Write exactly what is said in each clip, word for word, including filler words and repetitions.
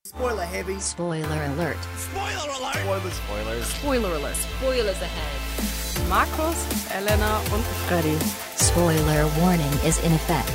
Spoiler heavy. Spoiler alert. Spoiler alert. Spoiler, spoilers. Spoiler alert. Spoilers ahead. Markus, Elena und Freddy. Spoiler warning is in effect.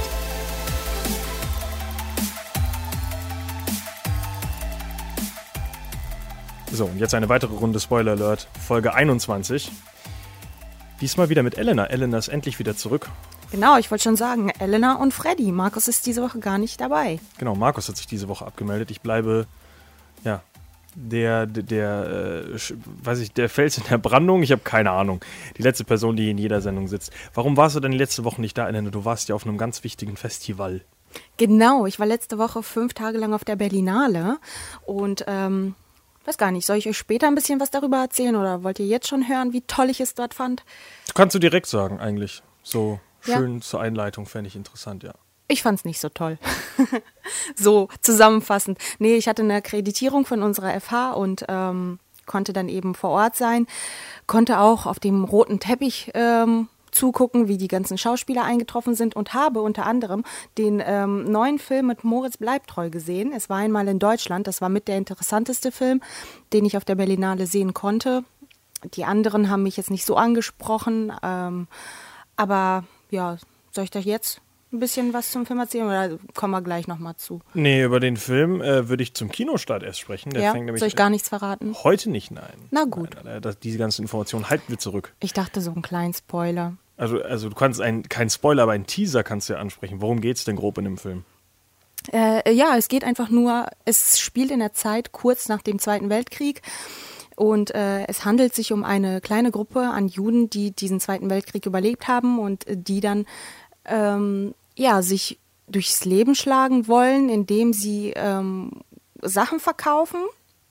So, und jetzt eine weitere Runde Spoiler Alert, Folge einundzwanzig. Diesmal wieder mit Elena. Elena ist endlich wieder zurück. Genau, ich wollte schon sagen, Elena und Freddy. Markus ist diese Woche gar nicht dabei. Genau, Markus hat sich diese Woche abgemeldet. Ich bleibe, ja, der, der, der äh, weiß ich, der Fels in der Brandung. Ich habe keine Ahnung. Die letzte Person, die in jeder Sendung sitzt. Warum warst du denn die letzte Woche nicht da, Elena? Du warst ja auf einem ganz wichtigen Festival. Genau, ich war letzte Woche fünf Tage lang auf der Berlinale und, ähm, weiß gar nicht, soll ich euch später ein bisschen was darüber erzählen oder wollt ihr jetzt schon hören, wie toll ich es dort fand? Das kannst du direkt sagen, eigentlich. So schön Ja. zur Einleitung, fände ich interessant, ja. Ich fand's nicht so toll. So, zusammenfassend. Nee, ich hatte eine Akkreditierung von unserer F H und ähm, konnte dann eben vor Ort sein. Konnte auch auf dem roten Teppich ähm, zugucken, wie die ganzen Schauspieler eingetroffen sind und habe unter anderem den ähm, neuen Film mit Moritz Bleibtreu gesehen. Es war einmal in Deutschland. Das war mit der interessanteste Film, den ich auf der Berlinale sehen konnte. Die anderen haben mich jetzt nicht so angesprochen. Ähm, aber ja, soll ich da jetzt ein bisschen was zum Film erzählen oder kommen wir gleich nochmal zu? Nee, über den Film äh, würde ich zum Kinostart erst sprechen. Der Ja, fängt nämlich soll ich gar nichts verraten? heute nicht, nein. Na gut. Nein, nein, das, diese ganzen Informationen halten wir zurück. Ich dachte so einen kleinen Spoiler. Also, also du kannst einen, kein Spoiler, aber einen Teaser kannst du ja ansprechen. Worum geht's denn grob in dem Film? Äh, ja, es geht einfach nur, es spielt in der Zeit kurz nach dem Zweiten Weltkrieg und äh, es handelt sich um eine kleine Gruppe an Juden, die diesen Zweiten Weltkrieg überlebt haben und äh, die dann ähm, ja, sich durchs Leben schlagen wollen, indem sie ähm, Sachen verkaufen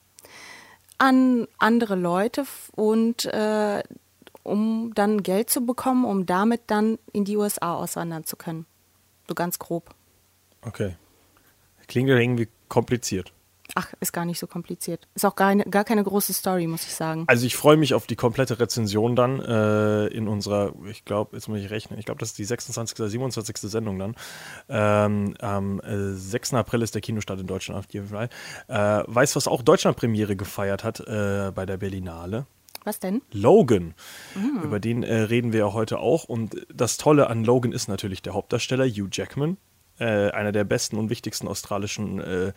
an andere Leute und äh, um dann Geld zu bekommen, um damit dann in die U S A auswandern zu können. So ganz grob. Okay. Klingt ja irgendwie kompliziert. Ach, ist gar nicht so kompliziert. Ist auch gar, gar keine große Story, muss ich sagen. Also ich freue mich auf die komplette Rezension dann äh, in unserer, ich glaube, jetzt muss ich rechnen, ich glaube, das ist die sechsundzwanzigste oder siebenundzwanzigste Sendung dann. Ähm, am äh, sechsten April ist der Kinostart in Deutschland auf jeden Fall. Äh, weißt du, was auch Deutschland-Premiere gefeiert hat äh, bei der Berlinale? Was denn? Logan. Mhm. Über den äh, reden wir ja heute auch. Und das Tolle an Logan ist natürlich der Hauptdarsteller, Hugh Jackman. Äh, einer der besten und wichtigsten australischen äh,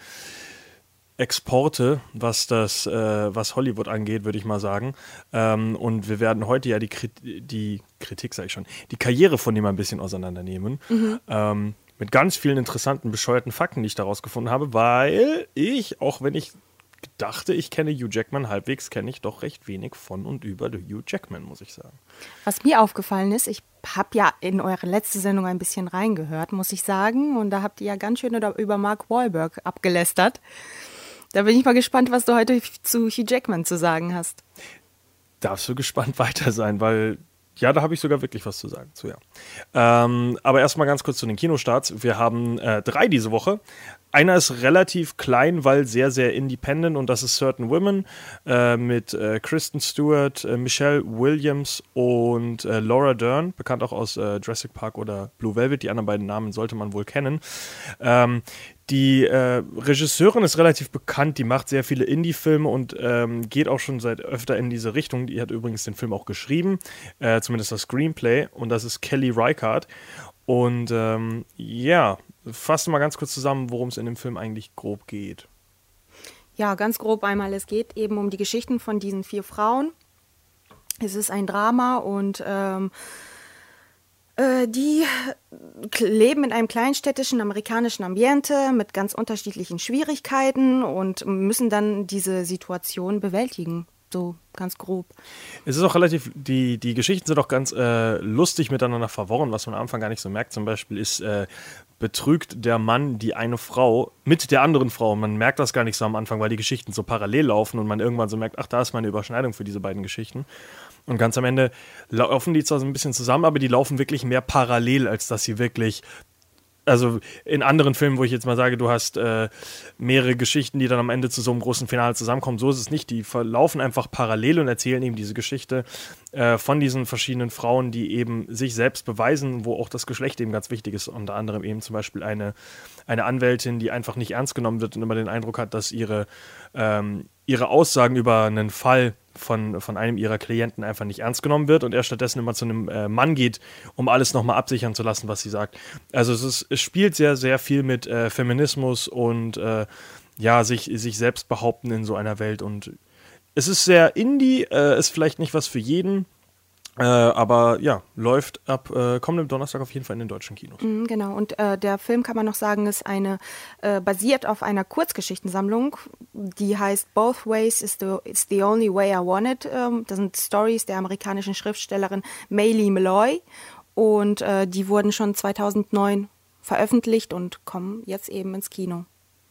Exporte, was das, äh, was Hollywood angeht, würde ich mal sagen. Ähm, und wir werden heute ja die, Krit- die Kritik, sage ich schon, die Karriere von dem ein bisschen auseinandernehmen. Mhm. Ähm, mit ganz vielen interessanten, bescheuerten Fakten, die ich daraus gefunden habe, weil ich, auch wenn ich dachte, ich kenne Hugh Jackman halbwegs, kenne ich doch recht wenig von und über Hugh Jackman, muss ich sagen. Was mir aufgefallen ist, ich habe ja in eure letzte Sendung ein bisschen reingehört, muss ich sagen. Und da habt ihr ja ganz schön über Mark Wahlberg abgelästert. Da bin ich mal gespannt, was du heute zu Hugh Jackman zu sagen hast. Darfst du gespannt weiter sein, weil, ja, da habe ich sogar wirklich was zu sagen zu, ja. Ähm, aber erstmal ganz kurz zu den Kinostarts. Wir haben äh, drei diese Woche. Einer ist relativ klein, weil sehr, sehr independent und das ist Certain Women äh, mit äh, Kristen Stewart, äh, Michelle Williams und äh, Laura Dern, bekannt auch aus äh, Jurassic Park oder Blue Velvet. Die anderen beiden Namen sollte man wohl kennen. Ähm, Die äh, Regisseurin ist relativ bekannt, die macht sehr viele Indie-Filme und ähm, geht auch schon seit öfter in diese Richtung. Die hat übrigens den Film auch geschrieben, äh, zumindest das Screenplay, und das ist Kelly Reichardt. Und ähm, ja, fassen wir mal ganz kurz zusammen, worum es in dem Film eigentlich grob geht. Ja, ganz grob einmal, es geht eben um die Geschichten von diesen vier Frauen. Es ist ein Drama und ähm, die leben in einem kleinstädtischen amerikanischen Ambiente mit ganz unterschiedlichen Schwierigkeiten und müssen dann diese Situation bewältigen, so ganz grob. Es ist auch relativ, die, die Geschichten sind auch ganz äh, lustig miteinander verworren, was man am Anfang gar nicht so merkt. Zum Beispiel ist äh, betrügt der Mann die eine Frau mit der anderen Frau. Man merkt das gar nicht so am Anfang, weil die Geschichten so parallel laufen und man irgendwann so merkt, ach, da ist meine Überschneidung für diese beiden Geschichten. Und ganz am Ende laufen die zwar so ein bisschen zusammen, aber die laufen wirklich mehr parallel, als dass sie wirklich also in anderen Filmen, wo ich jetzt mal sage, du hast äh, mehrere Geschichten, die dann am Ende zu so einem großen Finale zusammenkommen, so ist es nicht. Die verlaufen einfach parallel und erzählen eben diese Geschichte äh, von diesen verschiedenen Frauen, die eben sich selbst beweisen, wo auch das Geschlecht eben ganz wichtig ist. Unter anderem eben zum Beispiel eine, eine Anwältin, die einfach nicht ernst genommen wird und immer den Eindruck hat, dass ihre, ähm, ihre Aussagen über einen Fall von, von einem ihrer Klienten einfach nicht ernst genommen wird und er stattdessen immer zu einem äh, Mann geht, um alles nochmal absichern zu lassen, was sie sagt. Also es, ist, es spielt sehr, sehr viel mit äh, Feminismus und äh, ja, sich, sich selbst behaupten in so einer Welt. Und es ist sehr Indie, äh, ist vielleicht nicht was für jeden, äh, aber ja, läuft ab äh, kommendem Donnerstag auf jeden Fall in den deutschen Kinos. Mhm, genau, und äh, der Film, kann man noch sagen, ist eine, äh, basiert auf einer Kurzgeschichtensammlung, die heißt Both Ways is the, is the Only Way I Want It. Ähm, das sind Stories der amerikanischen Schriftstellerin Maylie Malloy und äh, die wurden schon zweitausendneun veröffentlicht und kommen jetzt eben ins Kino.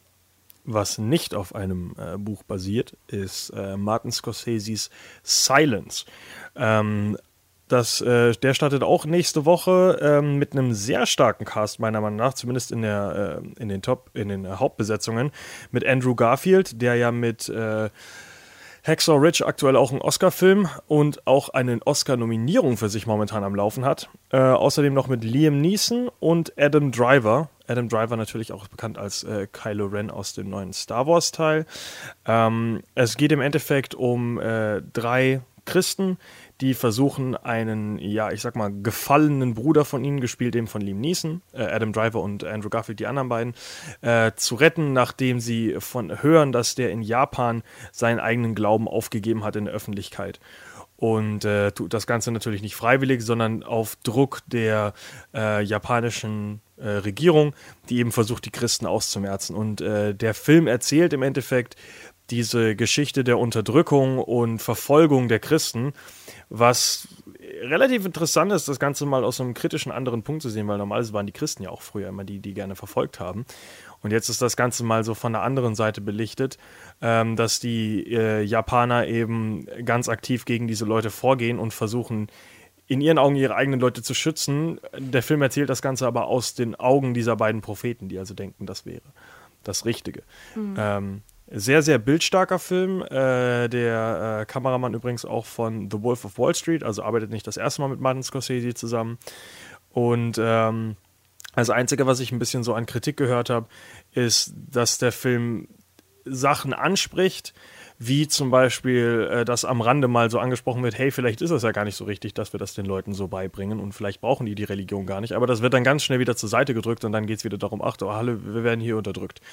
Was nicht auf einem äh, Buch basiert, ist äh, Martin Scorseses Silence. Ähm, das, äh, der startet auch nächste Woche ähm, mit einem sehr starken Cast, meiner Meinung nach, zumindest in, der, äh, in den Top, in den äh, Hauptbesetzungen, mit Andrew Garfield, der ja mit äh, Hacksaw Ridge aktuell auch einen Oscar-Film und auch eine Oscar-Nominierung für sich momentan am Laufen hat. Äh, außerdem noch mit Liam Neeson und Adam Driver. Adam Driver natürlich auch bekannt als äh, Kylo Ren aus dem neuen Star Wars-Teil. Ähm, es geht im Endeffekt um äh, drei Christen, die versuchen, einen, ja, ich sag mal, gefallenen Bruder von ihnen, gespielt eben von Liam Neeson, äh, Adam Driver und Andrew Garfield, die anderen beiden, äh, zu retten, nachdem sie von hören, dass der in Japan seinen eigenen Glauben aufgegeben hat in der Öffentlichkeit. Und äh, tut das Ganze natürlich nicht freiwillig, sondern auf Druck der äh, japanischen äh, Regierung, die eben versucht, die Christen auszumerzen. Und äh, der Film erzählt im Endeffekt diese Geschichte der Unterdrückung und Verfolgung der Christen, was relativ interessant ist, das Ganze mal aus einem kritischen anderen Punkt zu sehen, weil normalerweise waren die Christen ja auch früher immer die, die gerne verfolgt haben. Und jetzt ist das Ganze mal so von der anderen Seite belichtet, ähm, dass die äh, Japaner eben ganz aktiv gegen diese Leute vorgehen und versuchen, in ihren Augen ihre eigenen Leute zu schützen. Der Film erzählt das Ganze aber aus den Augen dieser beiden Propheten, die also denken, das wäre das Richtige. Mhm. Ähm, Sehr, sehr bildstarker Film. Äh, der äh, Kameramann übrigens auch von The Wolf of Wall Street, also arbeitet nicht das erste Mal mit Martin Scorsese zusammen. Und ähm, das Einzige, was ich ein bisschen so an Kritik gehört habe, ist, dass der Film Sachen anspricht, wie zum Beispiel, äh, dass am Rande mal so angesprochen wird, hey, vielleicht ist es ja gar nicht so richtig, dass wir das den Leuten so beibringen und vielleicht brauchen die die Religion gar nicht. Aber das wird dann ganz schnell wieder zur Seite gedrückt und dann geht es wieder darum, ach, oh, hallo, wir werden hier unterdrückt.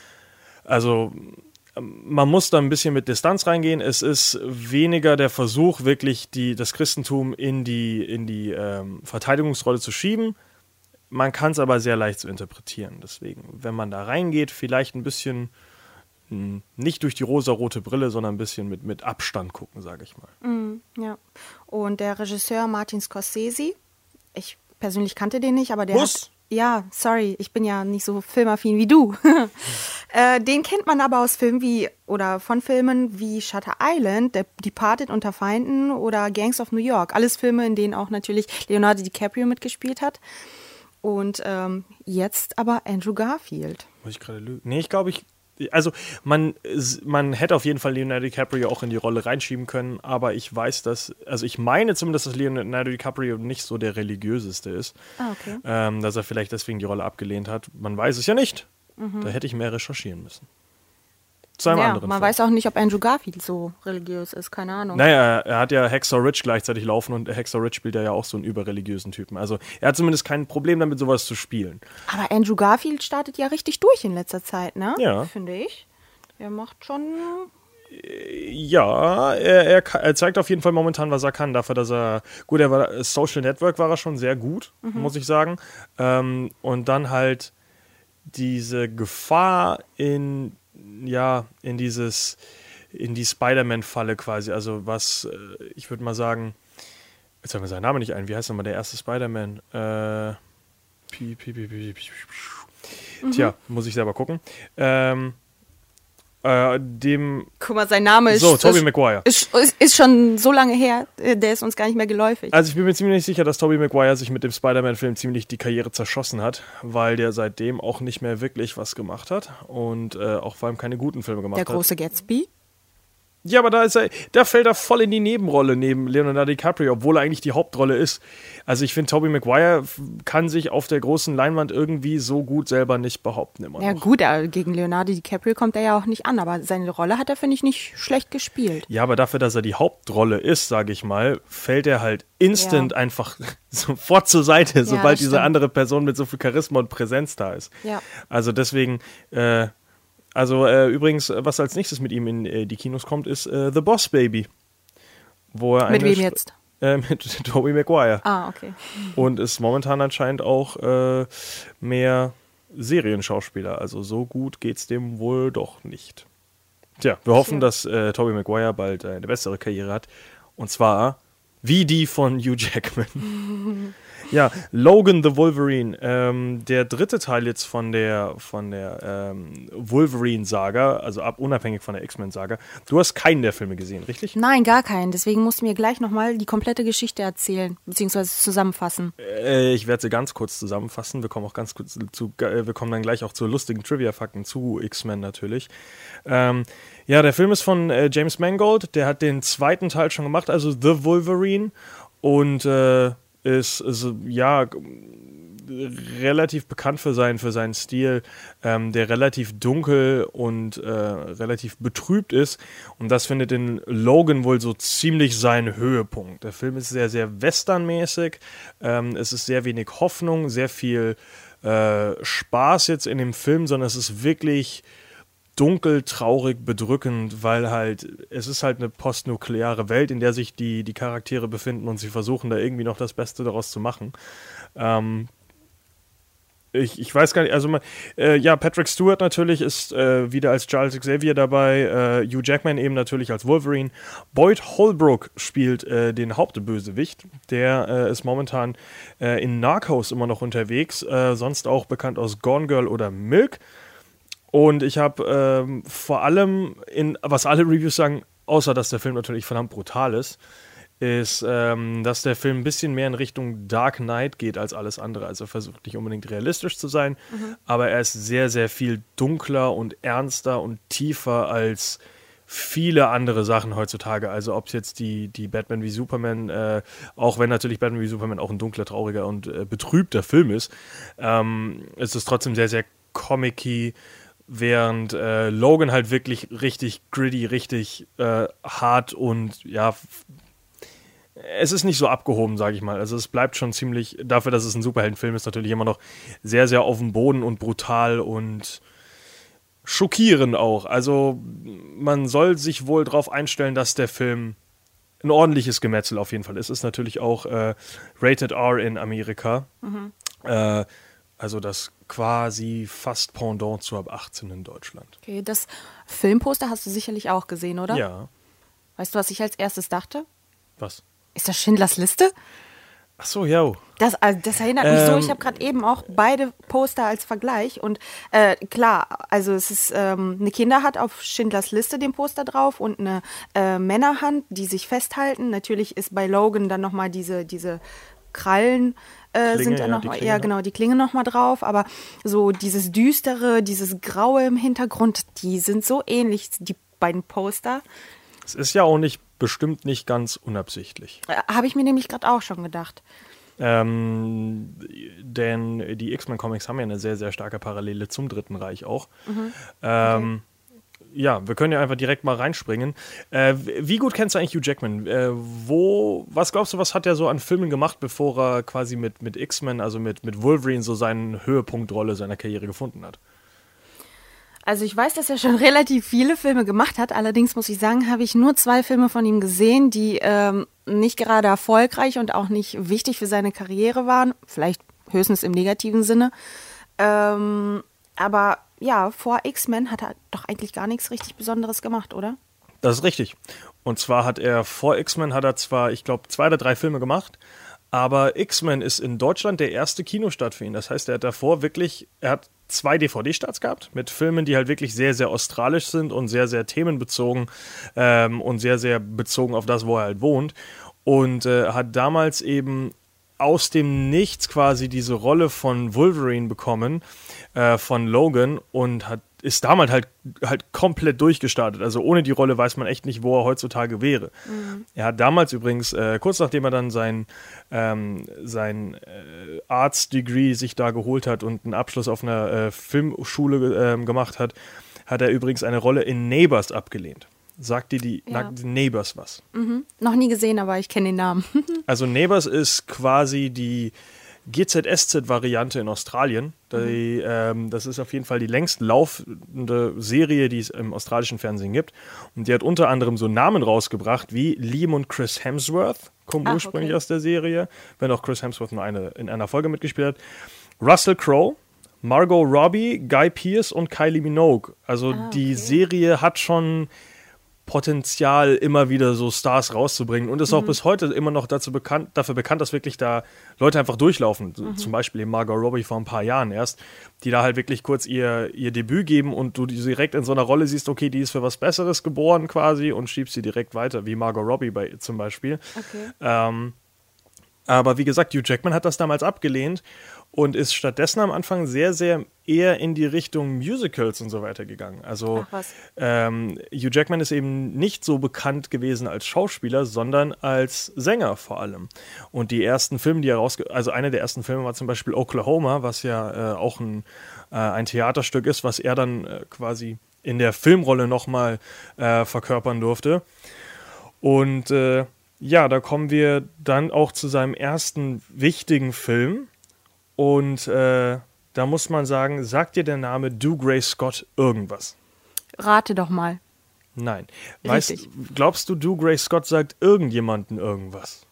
Also man muss da ein bisschen mit Distanz reingehen. Es ist weniger der Versuch, wirklich die, das Christentum in die, in die ähm, Verteidigungsrolle zu schieben. Man kann es aber sehr leicht so interpretieren. Deswegen, wenn man da reingeht, vielleicht ein bisschen mh, nicht durch die rosarote Brille, sondern ein bisschen mit, mit Abstand gucken, sage ich mal. Mm, ja. Und der Regisseur Martin Scorsese, ich persönlich kannte den nicht, aber der Was? hat... Ja, sorry, ich bin ja nicht so filmaffin wie du. äh, den kennt man aber aus Filmen wie, oder von Filmen wie Shutter Island, The Departed unter Feinden oder Gangs of New York. Alles Filme, in denen auch natürlich Leonardo DiCaprio mitgespielt hat. Und ähm, jetzt aber Andrew Garfield. Muss ich gerade lügen? Nee, ich glaube, ich. Also, man, man hätte auf jeden Fall Leonardo DiCaprio auch in die Rolle reinschieben können, aber ich weiß, dass, also ich meine zumindest, dass Leonardo DiCaprio nicht so der religiöseste ist. Ah, okay. Ähm, dass er vielleicht deswegen die Rolle abgelehnt hat. Man weiß es ja nicht. Mhm. Da hätte ich mehr recherchieren müssen. Zu einem ja, anderen man Film. weiß auch nicht, ob Andrew Garfield so religiös ist, keine Ahnung. Naja, er hat ja Hacksaw Ridge gleichzeitig laufen und Hacksaw Ridge spielt ja auch so einen überreligiösen Typen. Also er hat zumindest kein Problem damit, sowas zu spielen. Aber Andrew Garfield startet ja richtig durch in letzter Zeit, ne? Ja. Finde ich. Er macht schon... Ja, er, er, er zeigt auf jeden Fall momentan, was er kann. Dafür, dass er, gut, er war, Social Network war er schon sehr gut, mhm. muss ich sagen. Ähm, und dann halt diese Gefahr in, ja, in dieses, in die Spider-Man-Falle quasi. Also was, ich würde mal sagen, jetzt haben wir seinen Namen nicht ein. Wie heißt nochmal der erste Spider-Man? Äh, pi, pi, pi, pi, pi, pi, pi. Tja, muss ich selber gucken. Ähm, Äh, dem. Guck mal, sein Name ist. So, Tobey ist, Maguire. Ist, ist, ist schon so lange her, der ist uns gar nicht mehr geläufig. Also ich bin mir ziemlich sicher, dass Tobey Maguire sich mit dem Spider-Man-Film ziemlich die Karriere zerschossen hat, weil der seitdem auch nicht mehr wirklich was gemacht hat und äh, auch vor allem keine guten Filme gemacht der hat. Der große Gatsby? Ja, aber da ist er, da fällt er voll in die Nebenrolle neben Leonardo DiCaprio, obwohl er eigentlich die Hauptrolle ist. Also ich finde, Tobey Maguire kann sich auf der großen Leinwand irgendwie so gut selber nicht behaupten immer Ja noch. gut, gegen Leonardo DiCaprio kommt er ja auch nicht an, aber seine Rolle hat er, finde ich, nicht schlecht gespielt. Ja, aber dafür, dass er die Hauptrolle ist, sage ich mal, fällt er halt instant ja. einfach sofort zur Seite, sobald ja, diese andere Person mit so viel Charisma und Präsenz da ist. Ja. Also deswegen... Äh, Also äh, übrigens, was als nächstes mit ihm in äh, die Kinos kommt, ist äh, The Boss Baby. Wo er mit eine wem jetzt? Äh, mit Tobey Maguire. Ah, okay. Und ist momentan anscheinend auch äh, mehr Serienschauspieler. Also so gut geht's dem wohl doch nicht. Tja, wir hoffen, ja. dass äh, Tobey Maguire bald eine bessere Karriere hat. Und zwar wie die von Hugh Jackman. Ja, Logan the Wolverine, ähm, der dritte Teil jetzt von der von der ähm, Wolverine-Saga, also ab unabhängig von der X-Men-Saga. Du hast keinen der Filme gesehen, richtig? Nein, gar keinen. Deswegen musst du mir gleich nochmal die komplette Geschichte erzählen, beziehungsweise zusammenfassen. Äh, ich werde sie ganz kurz zusammenfassen. Wir kommen auch ganz kurz zu, äh, wir kommen dann gleich auch zu lustigen Trivia-Fakten zu X-Men natürlich. Ähm, ja, der Film ist von äh, James Mangold. Der hat den zweiten Teil schon gemacht, also The Wolverine, und äh, ist, ist ja relativ bekannt für seinen, für seinen Stil, ähm, der relativ dunkel und äh, relativ betrübt ist. Und das findet in Logan wohl so ziemlich seinen Höhepunkt. Der Film ist sehr, sehr westernmäßig. Ähm, es ist sehr wenig Hoffnung, sehr viel äh, Spaß jetzt in dem Film, sondern es ist wirklich dunkel, traurig, bedrückend, weil halt, es ist halt eine postnukleare Welt, in der sich die, die Charaktere befinden und sie versuchen da irgendwie noch das Beste daraus zu machen. Ähm, ich, ich weiß gar nicht, also man, äh, ja, Patrick Stewart natürlich ist äh, wieder als Charles Xavier dabei, äh, Hugh Jackman eben natürlich als Wolverine. Boyd Holbrook spielt äh, den Hauptbösewicht, der äh, ist momentan äh, in Narcos immer noch unterwegs, äh, sonst auch bekannt aus Gone Girl oder Milk. Und ich habe ähm, vor allem, in, was alle Reviews sagen, außer dass der Film natürlich verdammt brutal ist, ist, ähm, dass der Film ein bisschen mehr in Richtung Dark Knight geht als alles andere. Also er versucht nicht unbedingt realistisch zu sein, mhm. aber er ist sehr, sehr viel dunkler und ernster und tiefer als viele andere Sachen heutzutage. Also ob es jetzt die, die Batman wie Superman, äh, auch wenn natürlich Batman wie Superman auch ein dunkler, trauriger und äh, betrübter Film ist, ähm, ist es trotzdem sehr, sehr comic-y, während äh, Logan halt wirklich richtig gritty, richtig äh, hart und ja, f- es ist nicht so abgehoben, sage ich mal. Also es bleibt schon ziemlich, dafür, dass es ein Superheldenfilm ist, natürlich immer noch sehr, sehr auf dem Boden und brutal und schockierend auch. Also man soll sich wohl darauf einstellen, dass der Film ein ordentliches Gemetzel auf jeden Fall ist. Es ist natürlich auch äh, Rated R in Amerika. Mhm. Äh, Also das quasi fast Pendant zu ab achtzehn in Deutschland. Okay, das Filmposter hast du sicherlich auch gesehen, oder? Ja. Weißt du, was ich als erstes dachte? Was? Ist das Schindlers Liste? Ach so, ja. Das, also das erinnert mich ähm, so, ich habe gerade eben auch beide Poster als Vergleich und äh, klar, also es ist, ähm, eine Kinder hat auf Schindlers Liste den Poster drauf und eine äh, Männerhand, die sich festhalten. Natürlich ist bei Logan dann nochmal diese, diese Krallen äh, Klinge, sind da ja, noch die mal, Klinge, ja ne? genau, die Klinge nochmal drauf, aber so dieses Düstere, dieses Graue im Hintergrund, die sind so ähnlich, die beiden Poster. Es ist ja auch nicht, bestimmt nicht ganz unabsichtlich. Äh, habe ich mir nämlich gerade auch schon gedacht. Ähm, denn die X-Men-Comics haben ja eine sehr, sehr starke Parallele zum Dritten Reich auch. Mhm. Ähm, Okay. Ja, wir können ja einfach direkt mal reinspringen. Äh, wie gut kennst du eigentlich Hugh Jackman? Äh, wo, was glaubst du, was hat er so an Filmen gemacht, bevor er quasi mit, mit X-Men, also mit, mit Wolverine, so seine Höhepunktrolle seiner Karriere gefunden hat? Also ich weiß, dass er schon relativ viele Filme gemacht hat. Allerdings muss ich sagen, habe ich nur zwei Filme von ihm gesehen, die ähm, nicht gerade erfolgreich und auch nicht wichtig für seine Karriere waren. Vielleicht höchstens im negativen Sinne. Ähm, aber ja, vor X-Men hat er doch eigentlich gar nichts richtig Besonderes gemacht, oder? Das ist richtig. Und zwar hat er vor X-Men, hat er zwar, ich glaube, zwei oder drei Filme gemacht, aber X-Men ist in Deutschland der erste Kinostart für ihn. Das heißt, er hat davor wirklich, er hat zwei D V D-Starts gehabt mit Filmen, die halt wirklich sehr, sehr australisch sind und sehr, sehr themenbezogen ähm, und sehr, sehr bezogen auf das, wo er halt wohnt. Und äh, hat damals eben aus dem Nichts quasi diese Rolle von Wolverine bekommen, äh, von Logan, und hat ist damals halt, halt komplett durchgestartet. Also ohne die Rolle weiß man echt nicht, wo er heutzutage wäre. Mhm. Er hat damals übrigens, äh, kurz nachdem er dann sein, ähm, sein äh, Arts-Degree sich da geholt hat und einen Abschluss auf einer äh, Filmschule äh, gemacht hat, hat er übrigens eine Rolle in Neighbours abgelehnt. Sagt dir die, Ja. die Neighbours was? Mhm. Noch nie gesehen, aber ich kenne den Namen. Also Neighbours ist quasi die G Z S Z-Variante in Australien. Die, mhm. ähm, das ist auf jeden Fall die längst laufende Serie, die es im australischen Fernsehen gibt. Und die hat unter anderem so Namen rausgebracht wie Liam und Chris Hemsworth, kommen Ach, ursprünglich okay. aus der Serie, wenn auch Chris Hemsworth nur eine, in einer Folge mitgespielt hat. Russell Crowe, Margot Robbie, Guy Pearce und Kylie Minogue. Also Ah, die okay. Serie hat schon Potenzial, immer wieder so Stars rauszubringen, und ist Mhm. auch bis heute immer noch dazu bekannt, dafür bekannt, dass wirklich da Leute einfach durchlaufen. So, Mhm. Zum Beispiel eben Margot Robbie vor ein paar Jahren erst, die da halt wirklich kurz ihr, ihr Debüt geben und du die direkt in so einer Rolle siehst, okay, die ist für was Besseres geboren quasi, und schiebst sie direkt weiter, wie Margot Robbie bei, zum Beispiel. Okay. Ähm, aber wie gesagt, Hugh Jackman hat das damals abgelehnt und ist stattdessen am Anfang sehr, sehr eher in die Richtung Musicals und so weiter gegangen. Also Ach, was. ähm, Hugh Jackman ist eben nicht so bekannt gewesen als Schauspieler, sondern als Sänger vor allem. Und die ersten Filme, die er rausge... Also einer der ersten Filme war zum Beispiel Oklahoma, was ja äh, auch ein, äh, ein Theaterstück ist, was er dann äh, quasi in der Filmrolle nochmal äh, verkörpern durfte. Und äh, ja, da kommen wir dann auch zu seinem ersten wichtigen Film. Und äh, da muss man sagen, sagt dir der Name Dougray Scott irgendwas? Rate doch mal. Nein. Weißt, Richtig. glaubst du, Dougray Scott sagt irgendjemandem irgendwas?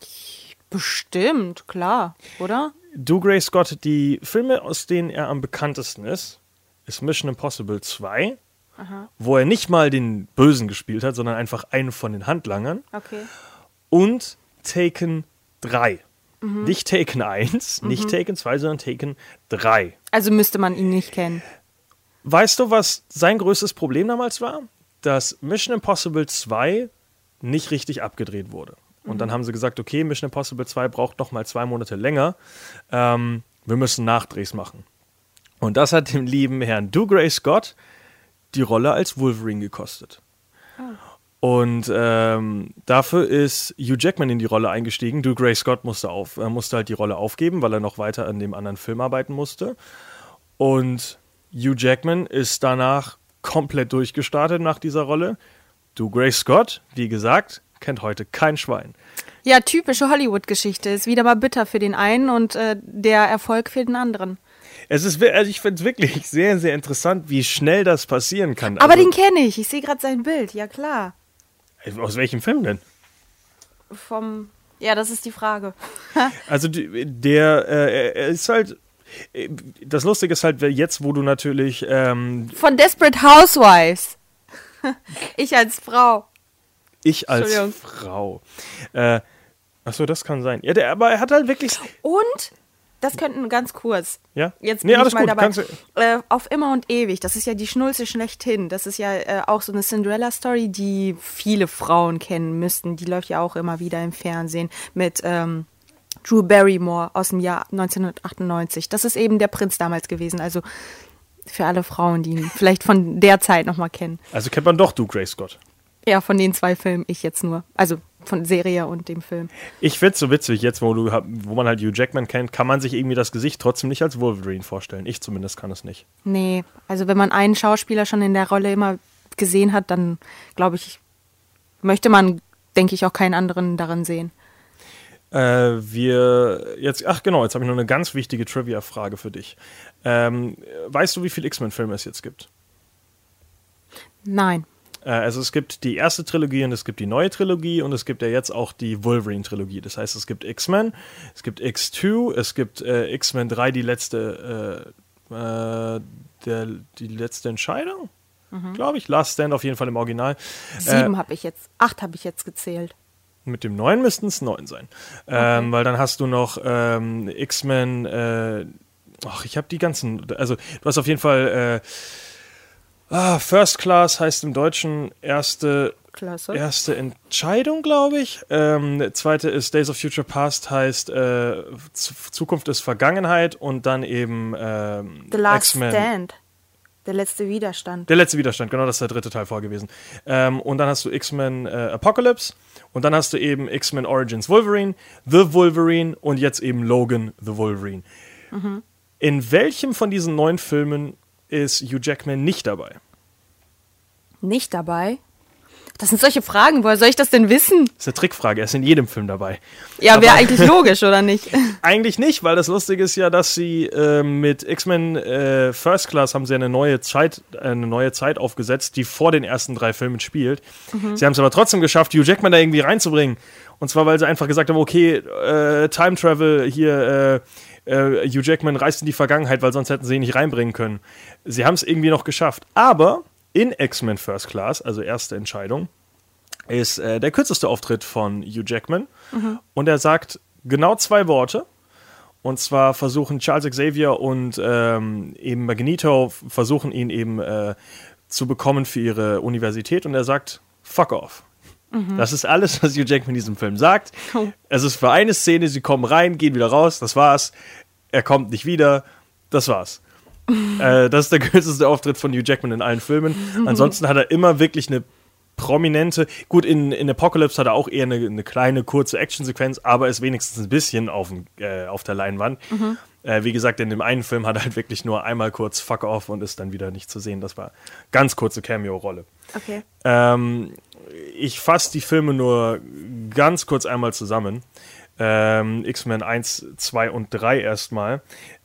Bestimmt, klar, oder? Dougray Scott, die Filme, aus denen er am bekanntesten ist, ist Mission Impossible zwei, Aha. wo er nicht mal den Bösen gespielt hat, sondern einfach einen von den Handlangern. Okay. Und Taken drei. Mhm. Nicht Taken eins, mhm. nicht Taken zwei, sondern Taken drei. Also müsste man ihn nicht kennen. Weißt du, was sein größtes Problem damals war? Dass Mission Impossible zwei nicht richtig abgedreht wurde. Und mhm. dann haben sie gesagt, okay, Mission Impossible zwei braucht noch mal zwei Monate länger. Ähm, wir müssen Nachdrehs machen. Und das hat dem lieben Herrn Dougray Scott die Rolle als Wolverine gekostet. Oh. Und ähm, dafür ist Hugh Jackman in die Rolle eingestiegen. Dougray Scott musste, auf, äh, musste halt die Rolle aufgeben, weil er noch weiter an dem anderen Film arbeiten musste. Und Hugh Jackman ist danach komplett durchgestartet nach dieser Rolle. Dougray Scott, wie gesagt, kennt heute kein Schwein. Ja, typische Hollywood-Geschichte. Ist wieder mal bitter für den einen und äh, der Erfolg für den anderen. Es ist, also ich finde es wirklich sehr, sehr interessant, wie schnell das passieren kann. Aber also, den kenne ich. Ich sehe gerade sein Bild. Ja, klar. Aus welchem Film denn? Vom. Ja, das ist die Frage. Also der, äh, er ist halt. Das Lustige ist halt, jetzt, wo du natürlich. Ähm, Von Desperate Housewives. Ich als Frau. Ich als Entschuldigung. Frau. Äh, achso, das kann sein. Ja, der, aber er hat halt wirklich. Und, das könnten ganz kurz. Ja? Jetzt bin Nee, ich alles mal gut, dabei. kannst du- Äh, auf immer und ewig. Das ist ja die Schnulze schlechthin. Das ist ja äh, auch so eine Cinderella-Story, die viele Frauen kennen müssten. Die läuft ja auch immer wieder im Fernsehen mit ähm, Drew Barrymore aus dem Jahr neunzehnhundertachtundneunzig. Das ist eben der Prinz damals gewesen. Also für alle Frauen, die ihn vielleicht von der Zeit nochmal kennen. Also kennt man doch Dougray Scott. Ja, von den zwei Filmen ich jetzt nur. Also von Serie und dem Film. Ich find's so witzig, jetzt, wo, du, wo man halt Hugh Jackman kennt, kann man sich irgendwie das Gesicht trotzdem nicht als Wolverine vorstellen. Ich zumindest kann es nicht. Nee, also wenn man einen Schauspieler schon in der Rolle immer gesehen hat, dann glaube ich, möchte man, denke ich, auch keinen anderen darin sehen. Äh, wir jetzt, ach genau, jetzt habe ich noch eine ganz wichtige Trivia-Frage für dich. Ähm, weißt du, wie viele X-Men-Filme es jetzt gibt? Nein. Äh, also es gibt die erste Trilogie und es gibt die neue Trilogie und es gibt ja jetzt auch die Wolverine-Trilogie. Das heißt, es gibt X-Men, es gibt X zwei, es gibt äh, X-Men drei, die letzte, äh, äh, der, die letzte Entscheidung, mhm. glaube ich. Last Stand auf jeden Fall im Original. Sieben Äh, habe ich jetzt, acht habe ich jetzt gezählt. Mit dem neuen müssten es neun sein. Ähm, weil dann hast du noch ähm, X-Men, äh, ach, ich habe die ganzen, also du hast auf jeden Fall, äh, ah, First Class heißt im Deutschen erste, Klasse. erste Entscheidung, glaube ich. Ähm, zweite ist Days of Future Past, heißt äh, Z- Zukunft ist Vergangenheit und dann eben ähm, The Last X-Men. Stand. Der letzte Widerstand. Der letzte Widerstand, genau, das ist der dritte Teil vor gewesen. Ähm, und dann hast du X-Men äh, Apocalypse und dann hast du eben X-Men Origins Wolverine, The Wolverine und jetzt eben Logan The Wolverine. Mhm. In welchem von diesen neun Filmen ist Hugh Jackman nicht dabei? Nicht dabei? Das sind solche Fragen, woher soll ich das denn wissen? Das ist eine Trickfrage, er ist in jedem Film dabei. Ja, wäre eigentlich logisch, oder nicht? Eigentlich nicht, weil das Lustige ist ja, dass sie äh, mit X-Men äh, First Class haben sie eine neue Zeit, eine neue Zeit aufgesetzt, die vor den ersten drei Filmen spielt. Mhm. Sie haben es aber trotzdem geschafft, Hugh Jackman da irgendwie reinzubringen. Und zwar, weil sie einfach gesagt haben, okay, äh, Time Travel hier, äh, äh, Hugh Jackman reist in die Vergangenheit, weil sonst hätten sie ihn nicht reinbringen können. Sie haben es irgendwie noch geschafft. Aber in X-Men First Class, also erste Entscheidung, ist äh, der kürzeste Auftritt von Hugh Jackman. Mhm. Und er sagt genau zwei Worte. Und zwar versuchen Charles Xavier und ähm, eben Magneto, versuchen ihn eben äh, zu bekommen für ihre Universität. Und er sagt, fuck off. Mhm. Das ist alles, was Hugh Jackman in diesem Film sagt. Oh. Es ist für eine Szene, sie kommen rein, gehen wieder raus, das war's. Er kommt nicht wieder, das war's. äh, das ist der kürzeste Auftritt von Hugh Jackman in allen Filmen. Ansonsten hat er immer wirklich eine prominente, gut, in, in Apocalypse hat er auch eher eine, eine kleine, kurze Actionsequenz, aber ist wenigstens ein bisschen auf, äh, auf der Leinwand. Mhm. Äh, wie gesagt, in dem einen Film hat er halt wirklich nur einmal kurz Fuck off und ist dann wieder nicht zu sehen. Das war ganz kurze Cameo-Rolle. Okay. Ähm, ich fasse die Filme nur ganz kurz einmal zusammen. Ähm, X-Men eins, zwei und drei erstmal.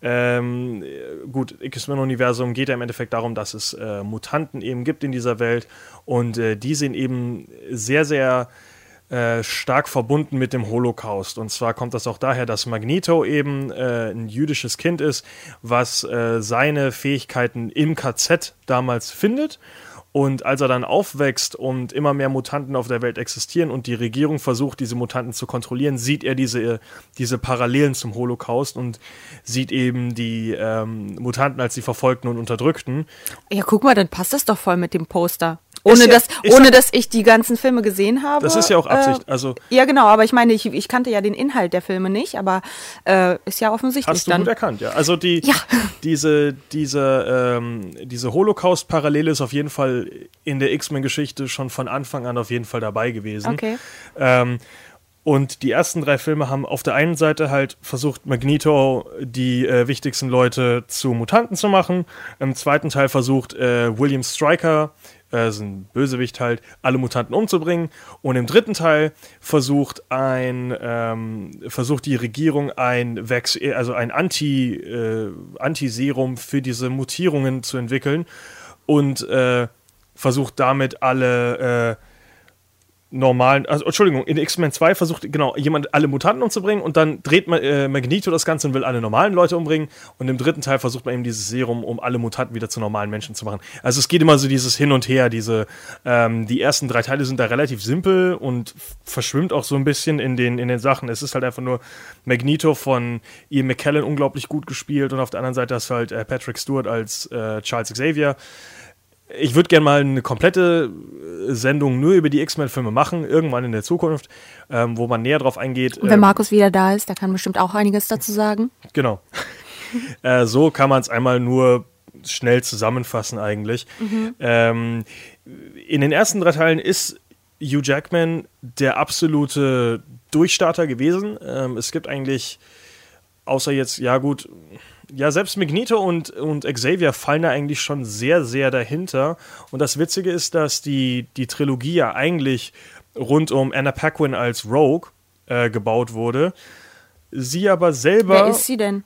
Ähm, gut, X-Men-Universum geht ja im Endeffekt darum, dass es äh, Mutanten eben gibt in dieser Welt und äh, die sind eben sehr, sehr äh, stark verbunden mit dem Holocaust. Und zwar kommt das auch daher, dass Magneto eben äh, ein jüdisches Kind ist, was äh, seine Fähigkeiten im K Z damals findet. Und als er dann aufwächst und immer mehr Mutanten auf der Welt existieren und die Regierung versucht, diese Mutanten zu kontrollieren, sieht er diese, diese Parallelen zum Holocaust und sieht eben die ähm, Mutanten als die Verfolgten und Unterdrückten. Ja, guck mal, dann passt das doch voll mit dem Poster. Ohne, ja, dass, ohne sag, dass ich die ganzen Filme gesehen habe. Das ist ja auch Absicht. Äh, also, ja, genau, aber ich meine, ich, ich kannte ja den Inhalt der Filme nicht, aber äh, ist ja offensichtlich hast du dann. Gut erkannt, ja. Also die, ja. diese, diese, ähm, diese Holocaust-Parallele ist auf jeden Fall in der X-Men-Geschichte schon von Anfang an auf jeden Fall dabei gewesen. Okay. Ähm, Und die ersten drei Filme haben auf der einen Seite halt versucht, Magneto die äh, wichtigsten Leute zu Mutanten zu machen. Im zweiten Teil versucht äh, William Stryker, äh, ist ein Bösewicht halt, alle Mutanten umzubringen. Und im dritten Teil versucht ein ähm, versucht die Regierung ein Vax- also ein Anti, äh, Anti-Serum für diese Mutierungen zu entwickeln und äh, versucht damit alle äh, normalen, also Entschuldigung, in X-Men zwei versucht genau jemand alle Mutanten umzubringen und dann dreht man, äh, Magneto das Ganze und will alle normalen Leute umbringen und im dritten Teil versucht man eben dieses Serum, um alle Mutanten wieder zu normalen Menschen zu machen. Also es geht immer so dieses Hin und Her, diese ähm, die ersten drei Teile sind da relativ simpel und f- verschwimmt auch so ein bisschen in den, in den Sachen. Es ist halt einfach nur Magneto von Ian McKellen unglaublich gut gespielt und auf der anderen Seite hast du halt äh, Patrick Stewart als äh, Charles Xavier. Ich würde gerne mal eine komplette Sendung nur über die X-Men-Filme machen, irgendwann in der Zukunft, ähm, wo man näher drauf eingeht. Und wenn ähm, Markus wieder da ist, der kann bestimmt auch einiges dazu sagen. Genau. äh, so kann man es einmal nur schnell zusammenfassen eigentlich. Mhm. Ähm, in den ersten drei Teilen ist Hugh Jackman der absolute Durchstarter gewesen. Ähm, es gibt eigentlich, außer jetzt, ja gut... Ja, selbst Magneto und, und Xavier fallen da eigentlich schon sehr, sehr dahinter. Und das Witzige ist, dass die, die Trilogie ja eigentlich rund um Anna Paquin als Rogue äh, gebaut wurde. Sie aber selber... Wer ist sie denn?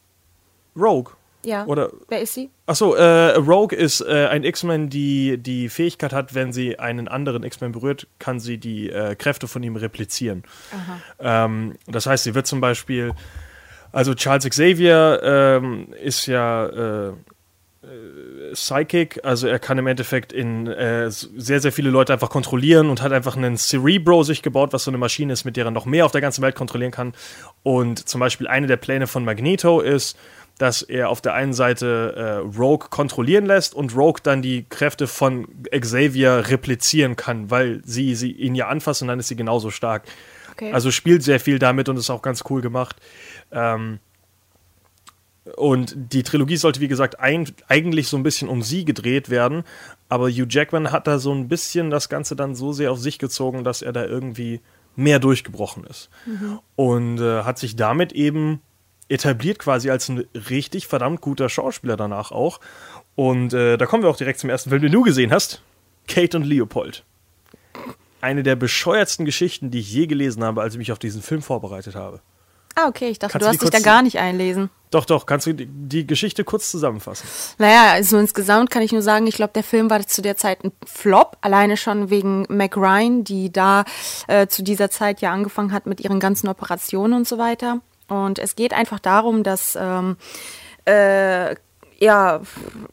Rogue. Ja, Oder, wer ist sie? Achso, äh, Rogue ist äh, ein X-Men, die die Fähigkeit hat, wenn sie einen anderen X-Men berührt, kann sie die äh, Kräfte von ihm replizieren. Ähm, das heißt, sie wird zum Beispiel... Also Charles Xavier ähm, ist ja äh, äh, Psychic, also er kann im Endeffekt in äh, sehr, sehr viele Leute einfach kontrollieren und hat einfach einen Cerebro sich gebaut, was so eine Maschine ist, mit der er noch mehr auf der ganzen Welt kontrollieren kann. Und zum Beispiel eine der Pläne von Magneto ist, dass er auf der einen Seite äh, Rogue kontrollieren lässt und Rogue dann die Kräfte von Xavier replizieren kann, weil sie, sie ihn ja anfasst und dann ist sie genauso stark. Okay. Also spielt sehr viel damit und ist auch ganz cool gemacht. Ähm, und die Trilogie sollte, wie gesagt, ein, eigentlich so ein bisschen um sie gedreht werden, aber Hugh Jackman hat da so ein bisschen das Ganze dann so sehr auf sich gezogen, dass er da irgendwie mehr durchgebrochen ist. Mhm. Und äh, hat sich damit eben etabliert quasi als ein richtig verdammt guter Schauspieler danach auch. Und äh, da kommen wir auch direkt zum ersten Film, den du gesehen hast. Kate und Leopold. Eine der bescheuertsten Geschichten, die ich je gelesen habe, als ich mich auf diesen Film vorbereitet habe. Ah, okay, ich dachte, Kannst du du hast die dich da kurz- gar nicht einlesen. Doch, doch, kannst du die, die Geschichte kurz zusammenfassen? Naja, also insgesamt kann ich nur sagen, ich glaube, der Film war zu der Zeit ein Flop, alleine schon wegen Meg Ryan, die da äh, zu dieser Zeit ja angefangen hat mit ihren ganzen Operationen und so weiter. Und es geht einfach darum, dass, ähm, äh, ja,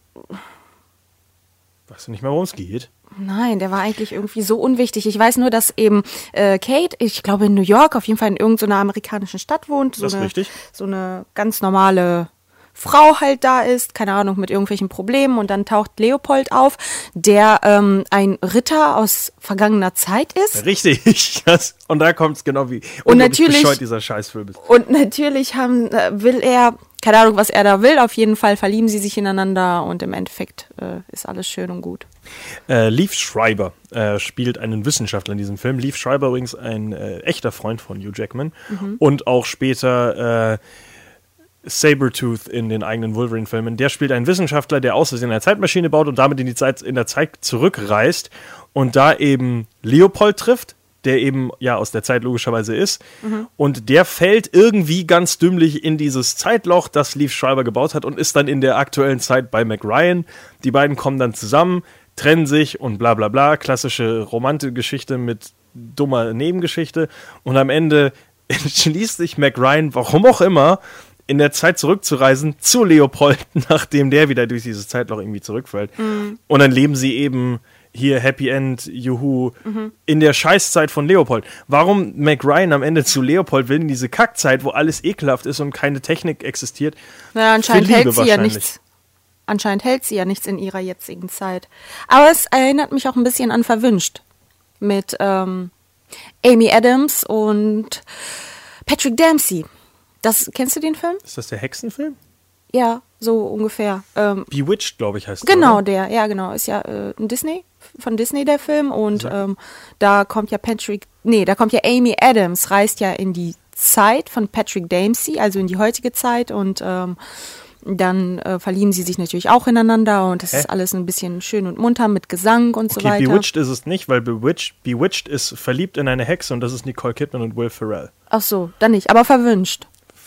Weißt du nicht mehr, worum es geht? nein, der war eigentlich irgendwie so unwichtig. Ich weiß nur, dass eben äh, Kate, ich glaube in New York, auf jeden Fall in irgendeiner amerikanischen Stadt wohnt. So Das ist eine, richtig. So eine ganz normale Frau halt da ist, keine Ahnung, mit irgendwelchen Problemen. Und dann taucht Leopold auf, der ähm, ein Ritter aus vergangener Zeit ist. Richtig. Das, und da kommt es genau wie Und unglaublich natürlich- bescheuert dieser Scheißfilm ist. Und natürlich haben, äh, will er, keine Ahnung, was er da will, auf jeden Fall verlieben sie sich ineinander und im Endeffekt äh, ist alles schön und gut. Äh, Liev Schreiber äh, spielt einen Wissenschaftler in diesem Film. Liev Schreiber übrigens ein äh, echter Freund von Hugh Jackman Mhm. und auch später äh, Sabretooth in den eigenen Wolverine-Filmen. Der spielt einen Wissenschaftler, der aus Versehen eine Zeitmaschine baut und damit in die Zeit in der Zeit zurückreist und da eben Leopold trifft, der eben ja aus der Zeit logischerweise ist. Und der fällt irgendwie ganz dümmlich in dieses Zeitloch, das Liev Schreiber gebaut hat und ist dann in der aktuellen Zeit bei Meg Ryan. Die beiden kommen dann zusammen, trennen sich und bla bla bla. Klassische Romantikgeschichte mit dummer Nebengeschichte. Und am Ende entschließt sich Meg Ryan, warum auch immer, in der Zeit zurückzureisen zu Leopold, nachdem der wieder durch dieses Zeitloch irgendwie zurückfällt. Mhm. Und dann leben sie eben hier Happy End, Juhu, in der Scheißzeit von Leopold. Warum Meg Ryan am Ende zu Leopold will, in diese Kackzeit, wo alles ekelhaft ist und keine Technik existiert? Naja, anscheinend Für Liebe hält sie ja wahrscheinlich. nichts. Anscheinend hält sie ja nichts in ihrer jetzigen Zeit. Aber es erinnert mich auch ein bisschen an Verwünscht. Mit ähm, Amy Adams und Patrick Dempsey. Das, kennst du den Film? Ist das der Hexenfilm? Ja, so ungefähr. Ähm, Bewitched, glaube ich, heißt der, genau, oder? der, ja genau, ist ja äh, ein Disney, von Disney der Film und ähm, da kommt ja Patrick, nee, da kommt ja Amy Adams, reist ja in die Zeit von Patrick Dempsey, also in die heutige Zeit und ähm, dann äh, verlieben sie sich natürlich auch ineinander und das Hä? ist alles ein bisschen schön und munter mit Gesang und so Okay, weiter. Bewitched ist es nicht, weil Bewitched, Bewitched ist verliebt in eine Hexe und das ist Nicole Kidman und Will Ferrell. Ach so, dann nicht, aber verwünscht.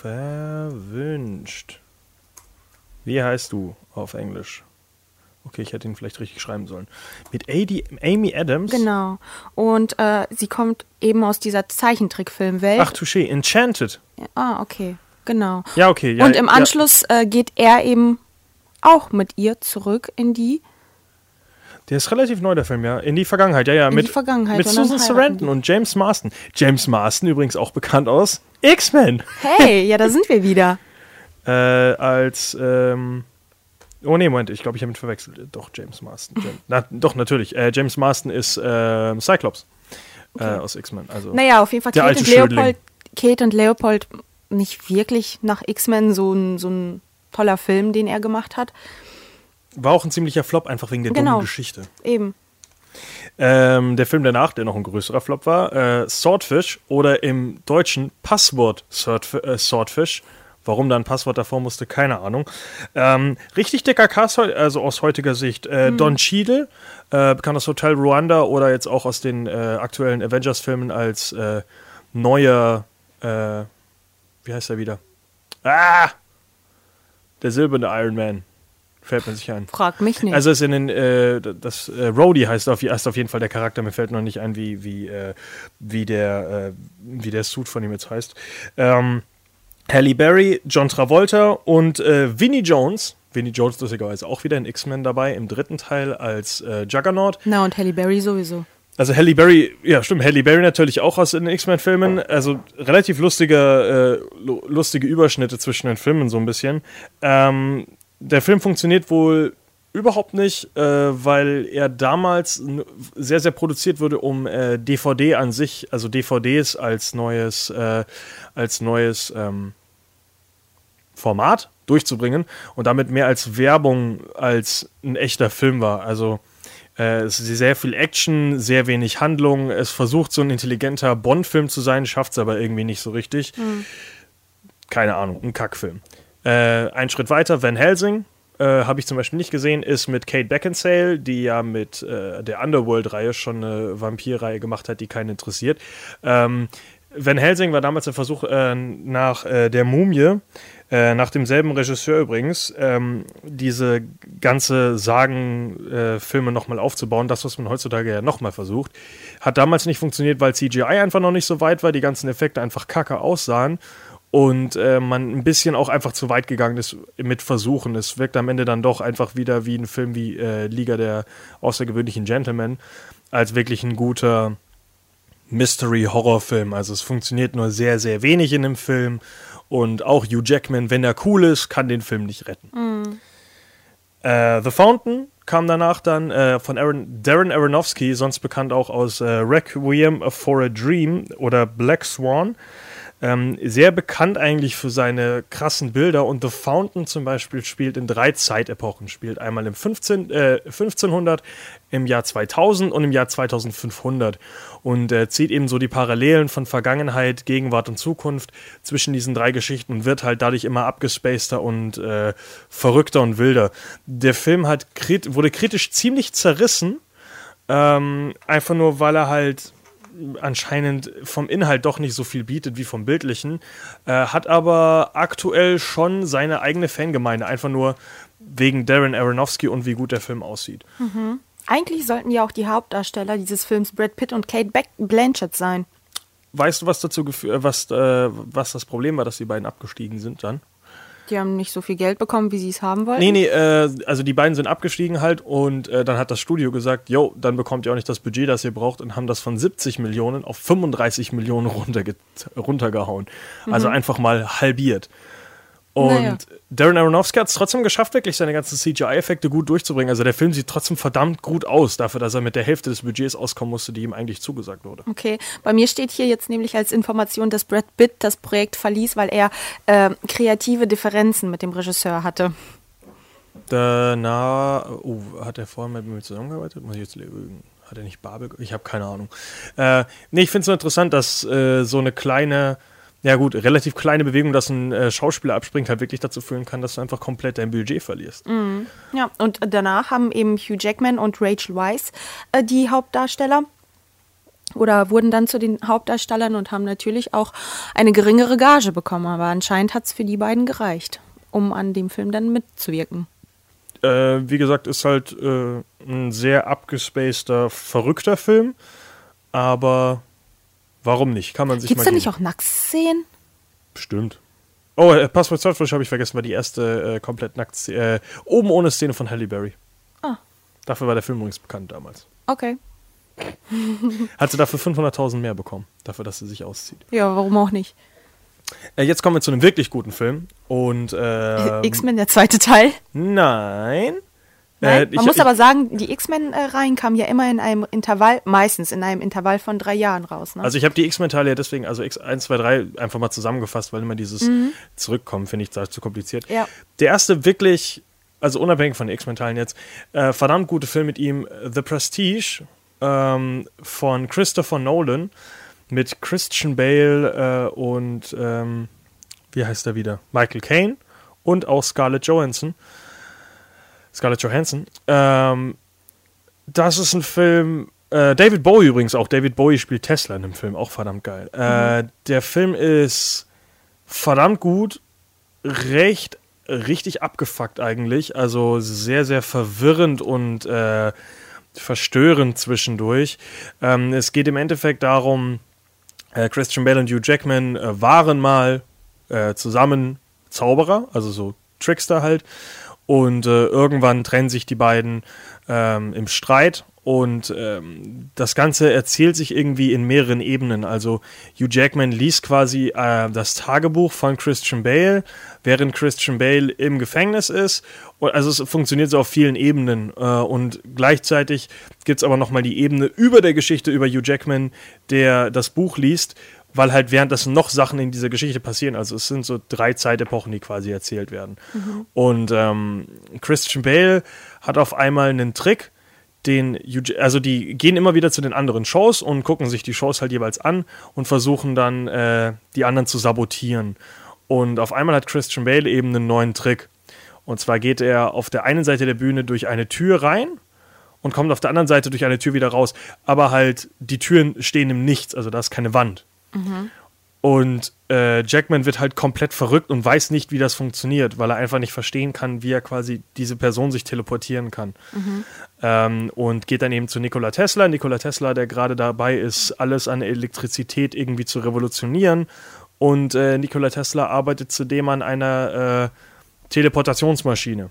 Verwünscht. Wie heißt du auf Englisch? Okay, ich hätte ihn vielleicht richtig schreiben sollen. Mit A D, Amy Adams? Genau. Und äh, sie kommt eben aus dieser Zeichentrickfilmwelt. Ach, touché. Enchanted. Ah, okay, genau. Ja, okay. Ja, und im ja. Anschluss äh, geht er eben auch mit ihr zurück in die Der ist relativ neu, der Film, ja. In die Vergangenheit, ja, ja. In mit, die Vergangenheit Mit und dann Susan heiraten Sarandon die. und James Marsden. James Marsden übrigens auch bekannt aus X-Men. Hey, ja, da sind wir wieder. Äh, als, ähm, oh nee, Moment, ich glaube, ich habe ihn verwechselt. Doch, James Marsden. James, na, doch, natürlich. Äh, James Marsden ist äh, Cyclops äh, aus X-Men. Also, Naja, auf jeden Fall Der Kate alte und Leopold, Schödling. Kate und Leopold nicht wirklich nach X-Men so ein, so ein toller Film, den er gemacht hat. war auch ein ziemlicher Flop, einfach wegen der Genau. dummen Geschichte. Eben. Ähm, der Film danach, der noch ein größerer Flop war, äh, Swordfish oder im Deutschen Passwort Swordf äh, Swordfish. Warum da ein Passwort davor musste, keine Ahnung. Ähm, richtig dicker Cast, heu- also aus heutiger Sicht. Äh, Don Cheadle, äh, bekannt aus Hotel Rwanda oder jetzt auch aus den äh, aktuellen Avengers-Filmen als äh, neuer, äh, wie heißt er wieder? Ah! Der silberne Iron Man. Fällt mir sich ein. Frag mich nicht. Also ist in den, äh, das äh, Rhodey heißt auf, heißt auf jeden Fall der Charakter, mir fällt noch nicht ein, wie, wie, äh, wie, der, äh, wie der Suit von ihm jetzt heißt. Ähm, Halle Berry, John Travolta und äh, Vinnie Jones. Vinnie Jones lustigerweise auch wieder in X-Men dabei, im dritten Teil als äh, Juggernaut. Na, und Halle Berry sowieso. Also Halle Berry, ja stimmt, Halle Berry natürlich auch aus den X-Men-Filmen. Also relativ lustige, äh, lustige Überschnitte zwischen den Filmen so ein bisschen. Ähm, der Film funktioniert wohl überhaupt nicht, äh, weil er damals n- sehr, sehr produziert wurde, um äh, D V D an sich, also D V Ds als neues, äh, als neues ähm, Format durchzubringen und damit mehr als Werbung als ein echter Film war. Also Äh, es ist sehr viel Action, sehr wenig Handlung. Es versucht, so ein intelligenter Bond-Film zu sein, schafft es aber irgendwie nicht so richtig. Mhm. Keine Ahnung, ein Kackfilm. Äh, ein Schritt weiter, Van Helsing, äh, habe ich zum Beispiel nicht gesehen, ist mit Kate Beckinsale, die ja mit äh, der Underworld-Reihe schon eine Vampir-Reihe gemacht hat, die keinen interessiert. Ähm, Van Helsing war damals der Versuch äh, nach äh, der Mumie, äh, nach demselben Regisseur übrigens, ähm, diese ganze Sagen-Filme äh, nochmal aufzubauen, das, was man heutzutage ja nochmal versucht. Hat damals nicht funktioniert, weil C G I einfach noch nicht so weit war, die ganzen Effekte einfach kacke aussahen und äh, man ein bisschen auch einfach zu weit gegangen ist mit Versuchen. Es wirkt am Ende dann doch einfach wieder wie ein Film wie äh, Liga der außergewöhnlichen Gentlemen, als wirklich ein guter Mystery-Horror-Film. Also es funktioniert nur sehr, sehr wenig in dem Film. Und auch Hugh Jackman, wenn er cool ist, kann den Film nicht retten. Mm. Äh, The Fountain kam danach dann äh, von Aaron, Darren Aronofsky, sonst bekannt auch aus äh, Requiem for a Dream oder Black Swan. Ähm, sehr bekannt eigentlich für seine krassen Bilder. Und The Fountain zum Beispiel spielt in drei Zeitepochen. Spielt einmal im fünfzehn, äh, fünfzehnhundert, im Jahr zweitausend und im Jahr zweitausendfünfhundert. Und äh, zieht eben so die Parallelen von Vergangenheit, Gegenwart und Zukunft zwischen diesen drei Geschichten und wird halt dadurch immer abgespaceder und äh, verrückter und wilder. Der Film hat krit- wurde kritisch ziemlich zerrissen, ähm, einfach nur, weil er halt anscheinend vom Inhalt doch nicht so viel bietet wie vom Bildlichen, äh, hat aber aktuell schon seine eigene Fangemeinde, einfach nur wegen Darren Aronofsky und wie gut der Film aussieht. Mhm. Eigentlich sollten ja auch die Hauptdarsteller dieses Films Brad Pitt und Kate Beck- Blanchett sein. Weißt du, was dazu gef- was, äh, was das Problem war, dass die beiden abgestiegen sind dann? Die haben nicht so viel Geld bekommen, wie sie es haben wollten? Nee, nee, äh, also die beiden sind abgestiegen halt und äh, dann hat das Studio gesagt, jo, dann bekommt ihr auch nicht das Budget, das ihr braucht und haben das von siebzig Millionen auf fünfunddreißig Millionen runterge- runtergehauen. Mhm. Also einfach mal halbiert. Und naja. Darren Aronofsky hat es trotzdem geschafft, wirklich seine ganzen C G I-Effekte gut durchzubringen. Also der Film sieht trotzdem verdammt gut aus, dafür, dass er mit der Hälfte des Budgets auskommen musste, die ihm eigentlich zugesagt wurde. Okay, bei mir steht hier jetzt nämlich als Information, dass Brad Pitt das Projekt verließ, weil er äh, kreative Differenzen mit dem Regisseur hatte. Da, na, oh, hat er vorher mit mir zusammengearbeitet? Muss ich jetzt lügen? Hat er nicht Babel? Ich habe keine Ahnung. Äh, nee, ich finde es so interessant, dass äh, so eine kleine Ja gut, relativ kleine Bewegung, dass ein äh, Schauspieler abspringt, halt wirklich dazu führen kann, dass du einfach komplett dein Budget verlierst. Mhm. Ja, und danach haben eben Hugh Jackman und Rachel Weisz äh, die Hauptdarsteller oder wurden dann zu den Hauptdarstellern und haben natürlich auch eine geringere Gage bekommen. Aber anscheinend hat es für die beiden gereicht, um an dem Film dann mitzuwirken. Äh, wie gesagt, ist halt äh, ein sehr abgespaceder, verrückter Film, aber warum nicht? Kann man sich Gibt's mal da geben. nicht auch Nacktszenen? Bestimmt. Oh, äh, Passwort Surfrish habe ich vergessen, war die erste äh, komplett nackt äh, oben ohne Szene von Halle Berry. Ah. Dafür war der Film übrigens bekannt damals. Okay. Hat sie dafür fünfhunderttausend mehr bekommen, dafür, dass sie sich auszieht. Ja, warum auch nicht? Äh, jetzt kommen wir zu einem wirklich guten Film. Und ähm, X-Men, der zweite Teil? Nein. Nein, Äh, man ich, muss ich, aber sagen, die X-Men-Reihen kamen ja immer in einem Intervall, meistens in einem Intervall von drei Jahren raus. Ne? Also ich habe die X-Men-Teile ja deswegen, also X eins, zwei, drei einfach mal zusammengefasst, weil immer dieses mhm. Zurückkommen, finde ich, da zu kompliziert. Ja. Der erste wirklich, also unabhängig von den X-Men-Teilen jetzt, äh, verdammt gute Film mit ihm, The Prestige ähm, von Christopher Nolan mit Christian Bale äh, und ähm, wie heißt er wieder? Michael Caine und auch Scarlett Johansson. Scarlett Johansson. Ähm, das ist ein Film, äh, David Bowie übrigens auch. David Bowie spielt Tesla in dem Film, auch verdammt geil. Mhm. Äh, der Film ist verdammt gut, recht, richtig abgefuckt eigentlich. Also sehr, sehr verwirrend und äh, verstörend zwischendurch. Ähm, es geht im Endeffekt darum, äh, Christian Bale und Hugh Jackman äh, waren mal äh, zusammen Zauberer, also so Trickster halt. Und äh, irgendwann trennen sich die beiden ähm, im Streit Und ähm, das Ganze erzählt sich irgendwie in mehreren Ebenen. Also Hugh Jackman liest quasi äh, das Tagebuch von Christian Bale, während Christian Bale im Gefängnis ist. Und also es funktioniert so auf vielen Ebenen. Äh, und gleichzeitig gibt es aber nochmal die Ebene über der Geschichte über Hugh Jackman, der das Buch liest, weil halt währenddessen noch Sachen in dieser Geschichte passieren. Also es sind so drei Zeitepochen, die quasi erzählt werden. Mhm. Und ähm, Christian Bale hat auf einmal einen Trick, den, also die gehen immer wieder zu den anderen Shows und gucken sich die Shows halt jeweils an und versuchen dann äh, die anderen zu sabotieren. Und auf einmal hat Christian Bale eben einen neuen Trick. Und zwar geht er auf der einen Seite der Bühne durch eine Tür rein und kommt auf der anderen Seite durch eine Tür wieder raus. Aber halt, die Türen stehen im Nichts, also da ist keine Wand. Mhm. Und äh, Jackman wird halt komplett verrückt und weiß nicht, wie das funktioniert, weil er einfach nicht verstehen kann, wie er quasi diese Person sich teleportieren kann. Mhm. Ähm, und geht dann eben zu Nikola Tesla. Nikola Tesla, der gerade dabei ist, alles an Elektrizität irgendwie zu revolutionieren. Und äh, Nikola Tesla arbeitet zudem an einer äh, Teleportationsmaschine,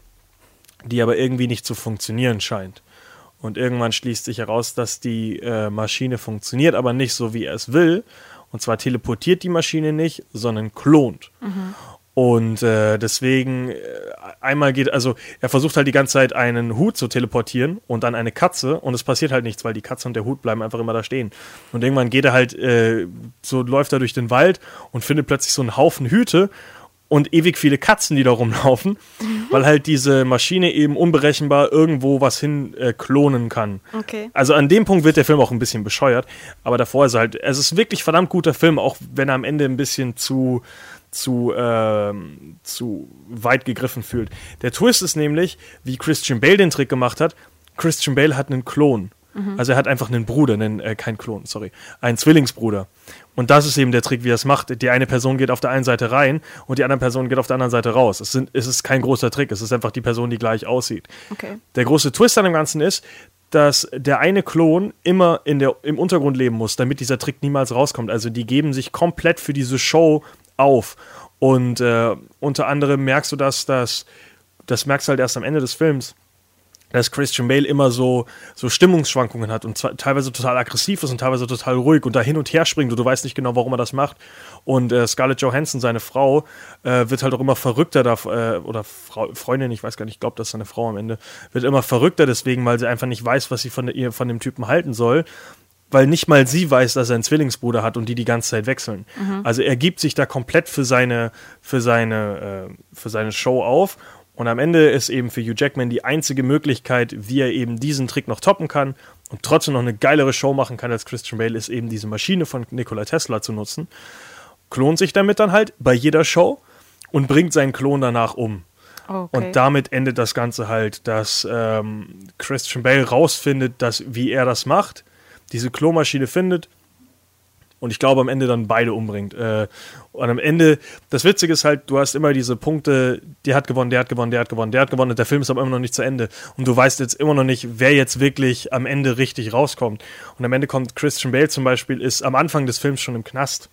die aber irgendwie nicht zu funktionieren scheint. Und irgendwann schließt sich heraus, dass die äh, Maschine funktioniert, aber nicht so, wie er es will. Und zwar teleportiert die Maschine nicht, sondern klont. Mhm. Und äh, deswegen äh, einmal geht, also er versucht halt die ganze Zeit einen Hut zu teleportieren und dann eine Katze und es passiert halt nichts, weil die Katze und der Hut bleiben einfach immer da stehen. Und irgendwann geht er halt, äh, so läuft er durch den Wald und findet plötzlich so einen Haufen Hüte und ewig viele Katzen, die da rumlaufen, mhm. weil halt diese Maschine eben unberechenbar irgendwo was hin äh, klonen kann. Okay. Also an dem Punkt wird der Film auch ein bisschen bescheuert, aber davor ist halt, es ist wirklich ein verdammt guter Film, auch wenn er am Ende ein bisschen zu, zu, ähm, zu weit gegriffen fühlt. Der Twist ist nämlich, wie Christian Bale den Trick gemacht hat, Christian Bale hat einen Klon. Mhm. Also er hat einfach einen Bruder, einen, äh, kein Klon, sorry, einen Zwillingsbruder. Und das ist eben der Trick, wie er es macht. Die eine Person geht auf der einen Seite rein und die andere Person geht auf der anderen Seite raus. Es, sind, es ist kein großer Trick, es ist einfach die Person, die gleich aussieht. Okay. Der große Twist an dem Ganzen ist, dass der eine Klon immer in der, im Untergrund leben muss, damit dieser Trick niemals rauskommt. Also die geben sich komplett für diese Show auf. Und äh, unter anderem merkst du das, dass, das merkst du halt erst am Ende des Films, dass Christian Bale immer so, so Stimmungsschwankungen hat und zwar teilweise total aggressiv ist und teilweise total ruhig und da hin und her springt und du weißt nicht genau, warum er das macht. Und äh, Scarlett Johansson, seine Frau, äh, wird halt auch immer verrückter, da, äh, oder Frau, Freundin, ich weiß gar nicht, ich glaube, das ist seine Frau am Ende, wird immer verrückter deswegen, weil sie einfach nicht weiß, was sie von, der, von dem Typen halten soll. Weil nicht mal sie weiß, dass er einen Zwillingsbruder hat und die die ganze Zeit wechseln. Mhm. Also er gibt sich da komplett für seine, für seine, äh, für seine Show auf. Und am Ende ist eben für Hugh Jackman die einzige Möglichkeit, wie er eben diesen Trick noch toppen kann und trotzdem noch eine geilere Show machen kann als Christian Bale, ist eben diese Maschine von Nikola Tesla zu nutzen. Klont sich damit dann halt bei jeder Show und bringt seinen Klon danach um. Okay. Und damit endet das Ganze halt, dass ähm, Christian Bale rausfindet, dass, wie er das macht, diese Klomaschine findet und ich glaube am Ende dann beide umbringt. Äh, und am Ende, das Witzige ist halt, du hast immer diese Punkte, der hat gewonnen, der hat gewonnen, der hat gewonnen, der hat gewonnen und der Film ist aber immer noch nicht zu Ende. Und du weißt jetzt immer noch nicht, wer jetzt wirklich am Ende richtig rauskommt. Und am Ende kommt Christian Bale zum Beispiel, ist am Anfang des Films schon im Knast.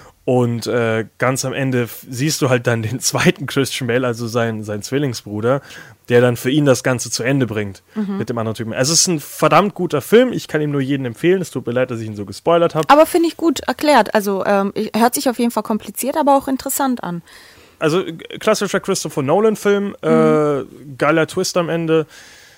Und äh, ganz am Ende f- siehst du halt dann den zweiten Christian Bale, also sein, sein Zwillingsbruder, der dann für ihn das Ganze zu Ende bringt mhm. mit dem anderen Typen. Also es ist ein verdammt guter Film, ich kann ihm nur jeden empfehlen, es tut mir leid, dass ich ihn so gespoilert habe. Aber finde ich gut erklärt, also ähm, hört sich auf jeden Fall kompliziert, aber auch interessant an. Also klassischer Christopher Nolan-Film, mhm. äh, geiler Twist am Ende,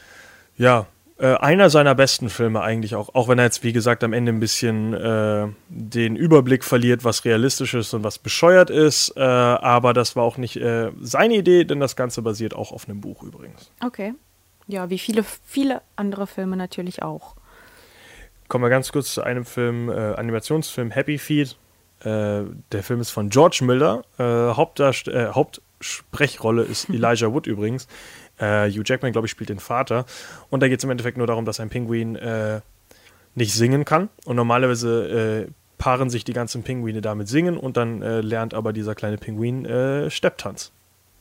ja. Äh, einer seiner besten Filme eigentlich auch, auch wenn er jetzt, wie gesagt, am Ende ein bisschen äh, den Überblick verliert, was realistisch ist und was bescheuert ist, äh, aber das war auch nicht äh, seine Idee, denn das Ganze basiert auch auf einem Buch übrigens. Okay. Ja, wie viele, viele andere Filme natürlich auch. Kommen wir ganz kurz zu einem Film, äh, Animationsfilm Happy Feet. Äh, der Film ist von George Miller, äh, Hauptdarst- äh, Hauptsprechrolle ist Elijah Wood übrigens. Uh, Hugh Jackman, glaube ich, spielt den Vater. Und da geht es im Endeffekt nur darum, dass ein Pinguin äh, nicht singen kann. Und normalerweise äh, paaren sich die ganzen Pinguine damit singen und dann äh, lernt aber dieser kleine Pinguin äh, Stepptanz.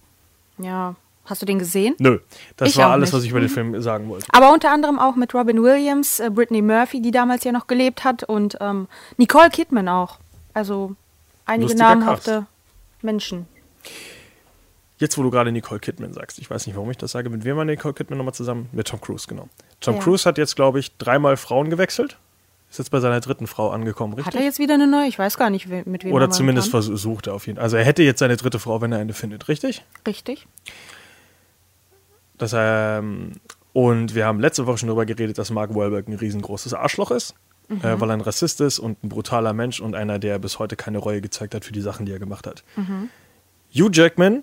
Ja, hast du den gesehen? Nö, das ich war alles, nicht. was ich über den Film sagen wollte. Aber unter anderem auch mit Robin Williams, äh, Brittany Murphy, die damals ja noch gelebt hat und ähm, Nicole Kidman auch. Also einige Lustiger namhafte Cast. Menschen. Jetzt, wo du gerade Nicole Kidman sagst, ich weiß nicht, warum ich das sage, mit wem war Nicole Kidman nochmal zusammen? Mit Tom Cruise, genau. Tom Ja. Cruise hat jetzt, glaube ich, dreimal Frauen gewechselt. Ist jetzt bei seiner dritten Frau angekommen, richtig? Hat er jetzt wieder eine neue? Ich weiß gar nicht, we- mit wem Oder er zumindest momentan- versucht er auf jeden Fall. Also er hätte jetzt seine dritte Frau, wenn er eine findet, richtig? Richtig. Das, ähm, und wir haben letzte Woche schon darüber geredet, dass Mark Wahlberg ein riesengroßes Arschloch ist, Mhm. äh, weil er ein Rassist ist und ein brutaler Mensch und einer, der bis heute keine Reue gezeigt hat für die Sachen, die er gemacht hat. Mhm. Hugh Jackman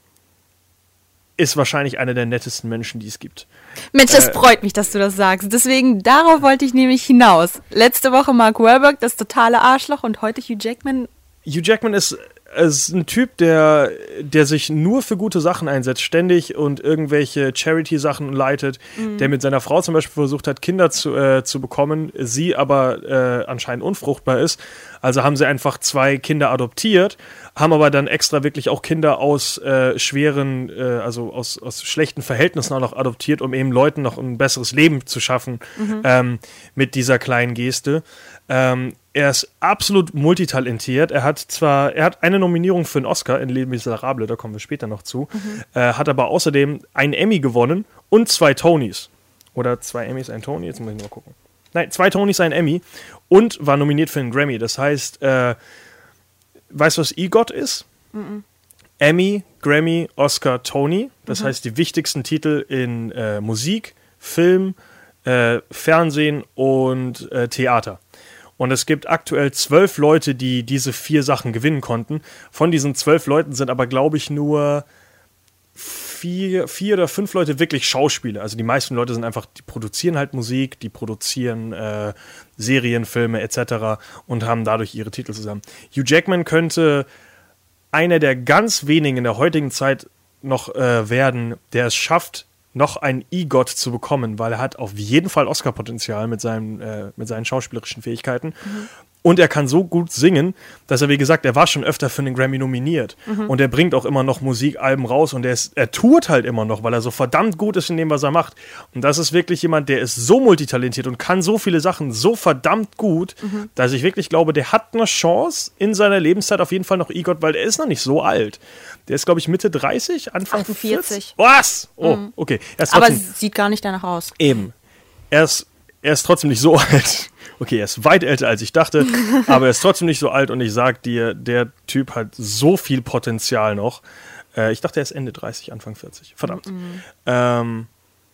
ist wahrscheinlich einer der nettesten Menschen, die es gibt. Mensch, das Äh, freut mich, dass du das sagst. Deswegen, darauf wollte ich nämlich hinaus. Letzte Woche Mark Wahlberg, das totale Arschloch, und heute Hugh Jackman. Hugh Jackman ist, ist ein Typ, der, der sich nur für gute Sachen einsetzt, ständig und irgendwelche Charity-Sachen leitet, Mhm. der mit seiner Frau zum Beispiel versucht hat, Kinder zu, äh, zu bekommen, sie aber äh, anscheinend unfruchtbar ist. Also haben sie einfach zwei Kinder adoptiert, haben aber dann extra wirklich auch Kinder aus äh, schweren, äh, also aus, aus schlechten Verhältnissen auch noch adoptiert, um eben Leuten noch ein besseres Leben zu schaffen ähm, mit dieser kleinen Geste. Ähm, er ist absolut multitalentiert. Er hat zwar, er hat eine Nominierung für einen Oscar in Les Miserables, da kommen wir später noch zu, äh, hat aber außerdem einen Emmy gewonnen und zwei Tonys. Oder zwei Emmys, ein Tony, jetzt muss ich mal gucken. Nein, zwei Tonys, ein Emmy und war nominiert für einen Grammy. Das heißt, äh, weißt du, was EGOT ist? Emmy, Grammy, Oscar, Tony. Das heißt, die wichtigsten Titel in äh, Musik, Film, äh, Fernsehen und äh, Theater. Und es gibt aktuell zwölf Leute, die diese vier Sachen gewinnen konnten. Von diesen zwölf Leuten sind aber, glaube ich, nur vier, vier oder fünf Leute wirklich Schauspieler. Also die meisten Leute sind einfach, die produzieren halt Musik, die produzieren äh, Serien, Filme et cetera und haben dadurch ihre Titel zusammen. Hugh Jackman könnte einer der ganz wenigen in der heutigen Zeit noch äh, werden, der es schafft, noch einen EGOT zu bekommen, weil er hat auf jeden Fall Oscar-Potenzial mit, seinem, äh, mit seinen schauspielerischen Fähigkeiten. Und er kann so gut singen, dass er, wie gesagt, er war schon öfter für einen Grammy nominiert. Und er bringt auch immer noch Musikalben raus und er, ist, er tourt halt immer noch, weil er so verdammt gut ist in dem, was er macht. Und das ist wirklich jemand, der ist so multitalentiert und kann so viele Sachen so verdammt gut, dass ich wirklich glaube, der hat eine Chance in seiner Lebenszeit auf jeden Fall noch EGOT, weil der ist noch nicht so alt. Der ist, glaube ich, Mitte dreißig, Anfang achtundvierzig. vierzig. Was? Oh, okay. Er ist Aber trotzdem, sieht gar nicht danach aus. eben. Er ist, er ist trotzdem nicht so alt. Okay, er ist weit älter, als ich dachte, aber er ist trotzdem nicht so alt und ich sag dir, der Typ hat so viel Potenzial noch. Äh, ich dachte, er ist Ende dreißig, Anfang vierzig. Verdammt. Mhm. Ähm,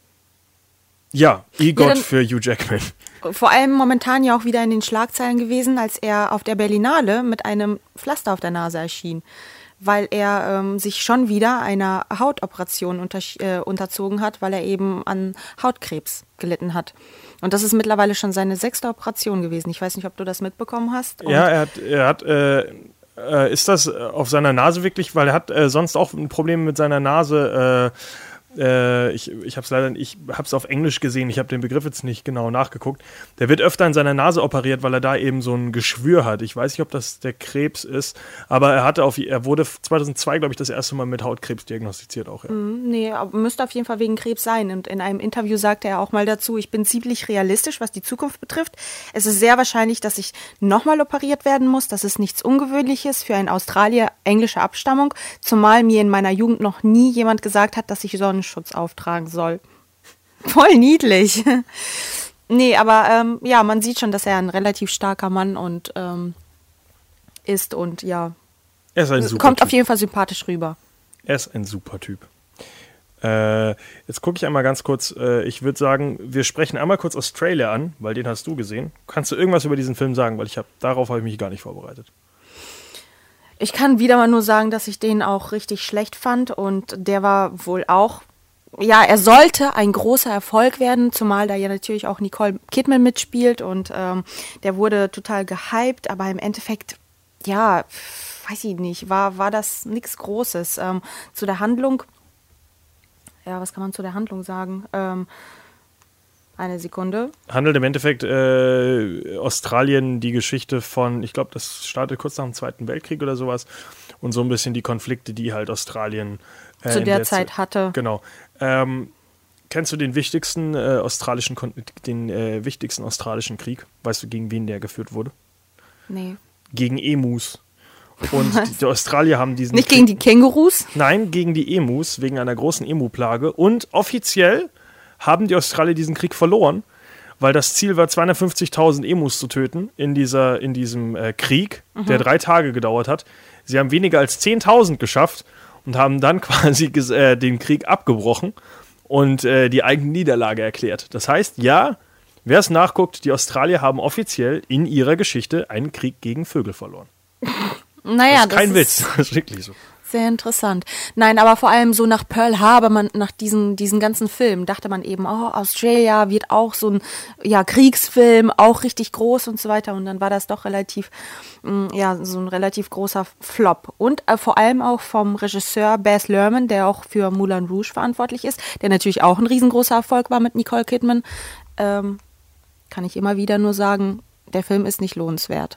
ja, EGOT Ja, dann- für Hugh Jackman. Vor allem momentan ja auch wieder in den Schlagzeilen gewesen, als er auf der Berlinale mit einem Pflaster auf der Nase erschien, weil er ähm, sich schon wieder einer Hautoperation unter, äh, unterzogen hat, weil er eben an Hautkrebs gelitten hat. Und das ist mittlerweile schon seine sechste Operation gewesen. Ich weiß nicht, ob du das mitbekommen hast. Und Ja, er hat, er hat äh, äh, ist das auf seiner Nase wirklich, weil er hat äh, sonst auch ein Problem mit seiner Nase. Äh, äh, ich ich habe es leider, ich habe es auf Englisch gesehen. Ich habe den Begriff jetzt nicht genau nachgeguckt. Der wird öfter in seiner Nase operiert, weil er da eben so ein Geschwür hat. Ich weiß nicht, ob das der Krebs ist, aber er hatte auf, er wurde zweitausendzwei, glaube ich, das erste Mal mit Hautkrebs diagnostiziert auch. Ja. Nee, aber müsste auf jeden Fall wegen Krebs sein. Und in einem Interview sagte er auch mal dazu, ich bin ziemlich realistisch, was die Zukunft betrifft. Es ist sehr wahrscheinlich, dass ich nochmal operiert werden muss. Das ist nichts Ungewöhnliches für einen Australier englischer Abstammung, zumal mir in meiner Jugend noch nie jemand gesagt hat, dass ich Sonnenschutz auftragen soll. Voll niedlich. Nee, aber ähm, ja, man sieht schon, dass er ein relativ starker Mann und ähm, ist und ja, Er ist ein super kommt Typ. auf jeden Fall sympathisch rüber. Er ist ein super Typ. Äh, jetzt gucke ich einmal ganz kurz. Äh, ich würde sagen, wir sprechen einmal kurz Australia an, weil den hast du gesehen. Kannst du irgendwas über diesen Film sagen? Weil ich habe darauf habe ich mich gar nicht vorbereitet. Ich kann wieder mal nur sagen, dass ich den auch richtig schlecht fand und der war wohl auch, ja, er sollte ein großer Erfolg werden, zumal da ja natürlich auch Nicole Kidman mitspielt und ähm, der wurde total gehypt, aber im Endeffekt, ja, weiß ich nicht, war, war das nichts Großes. Ähm, zu der Handlung, ja, was kann man zu der Handlung sagen? Ähm, eine Sekunde. Handelt im Endeffekt äh, Australien die Geschichte von, ich glaube, das startet kurz nach dem Zweiten Weltkrieg oder sowas und so ein bisschen die Konflikte, die halt Australien äh, Zu in der Z- Zeit hatte. Genau. Ähm, kennst du den wichtigsten äh, australischen Kon- den äh, wichtigsten australischen Krieg? Weißt du, gegen wen der geführt wurde? Nee. Gegen Emus. Und die, die Australier haben diesen Nicht gegen die Kängurus? Nein, gegen die Emus, wegen einer großen Emu-Plage. Und offiziell haben die Australier diesen Krieg verloren, weil das Ziel war, zweihundertfünfzigtausend Emus zu töten in, dieser, in diesem äh, Krieg, mhm. der drei Tage gedauert hat. Sie haben weniger als zehntausend geschafft und haben dann quasi ges- äh, den Krieg abgebrochen und äh, die eigene Niederlage erklärt. Das heißt, ja, wer es nachguckt, die Australier haben offiziell in ihrer Geschichte einen Krieg gegen Vögel verloren. Naja, das ist kein das Witz, das ist wirklich so. Sehr interessant. Nein, aber vor allem so nach Pearl Harbor, man, nach diesen, diesen ganzen Filmen, dachte man eben, oh, Australia wird auch so ein ja, Kriegsfilm, auch richtig groß und so weiter. Und dann war das doch relativ, mh, ja, so ein relativ großer Flop. Und äh, vor allem auch vom Regisseur Baz Luhrmann, der auch für Moulin Rouge verantwortlich ist, der natürlich auch ein riesengroßer Erfolg war mit Nicole Kidman. Ähm, kann ich immer wieder nur sagen, der Film ist nicht lohnenswert.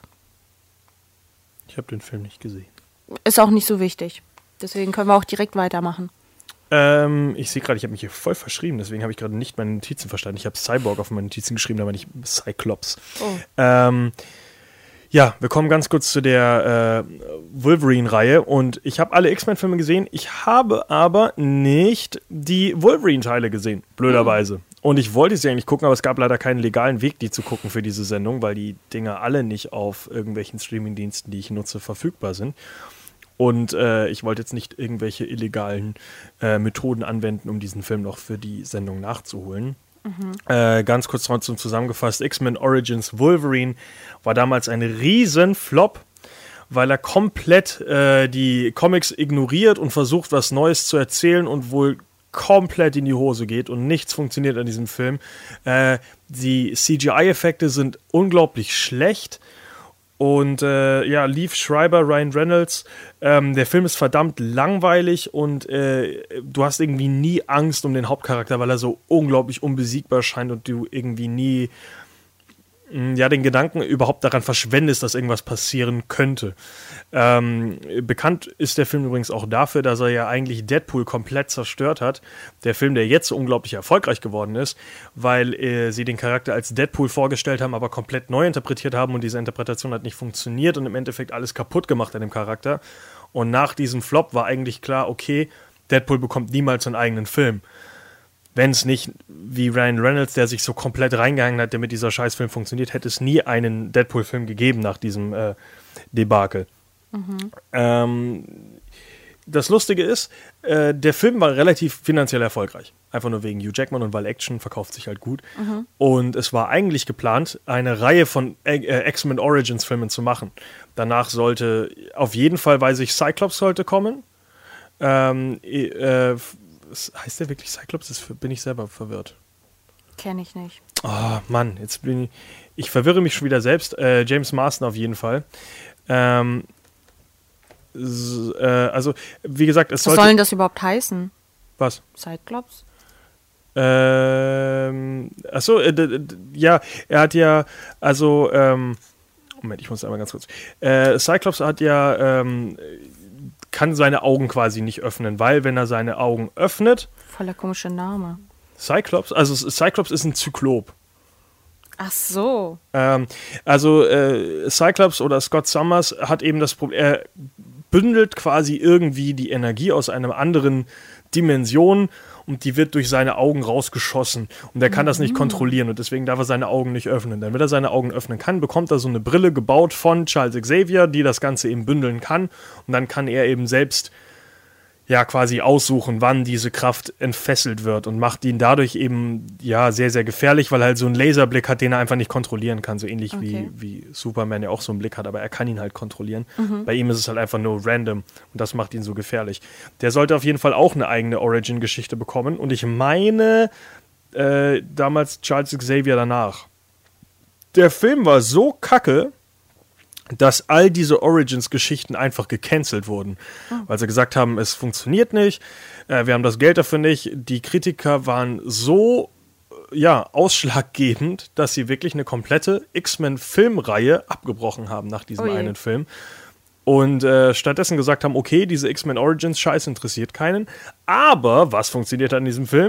Ich habe den Film nicht gesehen. Ist auch nicht so wichtig. Deswegen können wir auch direkt weitermachen. Ähm, ich sehe gerade, ich habe mich hier voll verschrieben, deswegen habe ich gerade nicht meine Notizen verstanden. Ich habe Cyborg auf meine Notizen geschrieben, aber nicht Cyclops. Oh. Ähm, ja, wir kommen ganz kurz zu der äh, Wolverine-Reihe und ich habe alle X-Men-Filme gesehen. Ich habe aber nicht die Wolverine-Teile gesehen, blöderweise. Und ich wollte sie eigentlich gucken, aber es gab leider keinen legalen Weg, die zu gucken für diese Sendung, weil die Dinger alle nicht auf irgendwelchen Streaming-Diensten, die ich nutze, verfügbar sind. Und äh, ich wollte jetzt nicht irgendwelche illegalen äh, Methoden anwenden, um diesen Film noch für die Sendung nachzuholen. Mhm. Äh, ganz kurz noch zum Zusammengefasst, X-Men Origins Wolverine war damals ein riesen Flop, weil er komplett äh, die Comics ignoriert und versucht, was Neues zu erzählen und wohl komplett in die Hose geht und nichts funktioniert an diesem Film. Äh, die C G I-Effekte sind unglaublich schlecht und äh, ja, Liev Schreiber, Ryan Reynolds, ähm, der Film ist verdammt langweilig und äh, du hast irgendwie nie Angst um den Hauptcharakter, weil er so unglaublich unbesiegbar scheint und du irgendwie nie ja, den Gedanken überhaupt daran verschwendest, dass irgendwas passieren könnte. Ähm, bekannt ist der Film übrigens auch dafür, dass er ja eigentlich Deadpool komplett zerstört hat. Der Film, der jetzt so unglaublich erfolgreich geworden ist, weil äh, sie den Charakter als Deadpool vorgestellt haben, aber komplett neu interpretiert haben und diese Interpretation hat nicht funktioniert und im Endeffekt alles kaputt gemacht an dem Charakter. Und nach diesem Flop war eigentlich klar, okay, Deadpool bekommt niemals einen eigenen Film. Wenn es nicht wie Ryan Reynolds, der sich so komplett reingehangen hat, damit dieser Scheißfilm funktioniert, hätte es nie einen Deadpool-Film gegeben nach diesem äh, Debakel. Mhm. Ähm, das Lustige ist, äh, der Film war relativ finanziell erfolgreich. Einfach nur wegen Hugh Jackman und weil Action verkauft sich halt gut. Mhm. Und es war eigentlich geplant, eine Reihe von äh, X-Men Origins-Filmen zu machen. Danach sollte, auf jeden Fall weiß ich, Cyclops sollte kommen. Ähm, äh, heißt der wirklich Cyclops? Das bin ich selber verwirrt. Kenn ich nicht. Oh, Mann, jetzt bin ich. Ich verwirre mich schon wieder selbst. Äh, James Marsden auf jeden Fall. Ähm, s- äh, also, wie gesagt, es Was sollte. soll denn das überhaupt heißen? Was? Cyclops? Ähm, achso, äh, d- d- ja, er hat ja, also, ähm, Moment, ich muss einmal ganz kurz. Äh, Cyclops hat ja, ähm, kann seine Augen quasi nicht öffnen, weil wenn er seine Augen öffnet. Voller komischer Name. Cyclops, also Cyclops ist ein Zyklop. Ach so. Ähm, also äh, Cyclops oder Scott Summers hat eben das Problem, er bündelt quasi irgendwie die Energie aus einer anderen Dimension und die wird durch seine Augen rausgeschossen und er kann mhm. das nicht kontrollieren und deswegen darf er seine Augen nicht öffnen. Damit er seine Augen öffnen kann, bekommt er so eine Brille gebaut von Charles Xavier, die das Ganze eben bündeln kann und dann kann er eben selbst ja quasi aussuchen, wann diese Kraft entfesselt wird und macht ihn dadurch eben ja sehr, sehr gefährlich, weil er halt so einen Laserblick hat, den er einfach nicht kontrollieren kann, so ähnlich okay. wie, wie Superman ja auch so einen Blick hat, aber er kann ihn halt kontrollieren. Mhm. Bei ihm ist es halt einfach nur random und das macht ihn so gefährlich. Der sollte auf jeden Fall auch eine eigene Origin-Geschichte bekommen und ich meine äh, damals Charles Xavier danach. Der Film war so kacke, dass all diese Origins-Geschichten einfach gecancelt wurden. Oh. Weil sie gesagt haben, es funktioniert nicht, äh, wir haben das Geld dafür nicht. Die Kritiker waren so ja, ausschlaggebend, dass sie wirklich eine komplette X-Men-Filmreihe abgebrochen haben nach diesem oh einen Film. Und äh, stattdessen gesagt haben, okay, diese X-Men Origins-Scheiß interessiert keinen. Aber was funktioniert an diesem Film?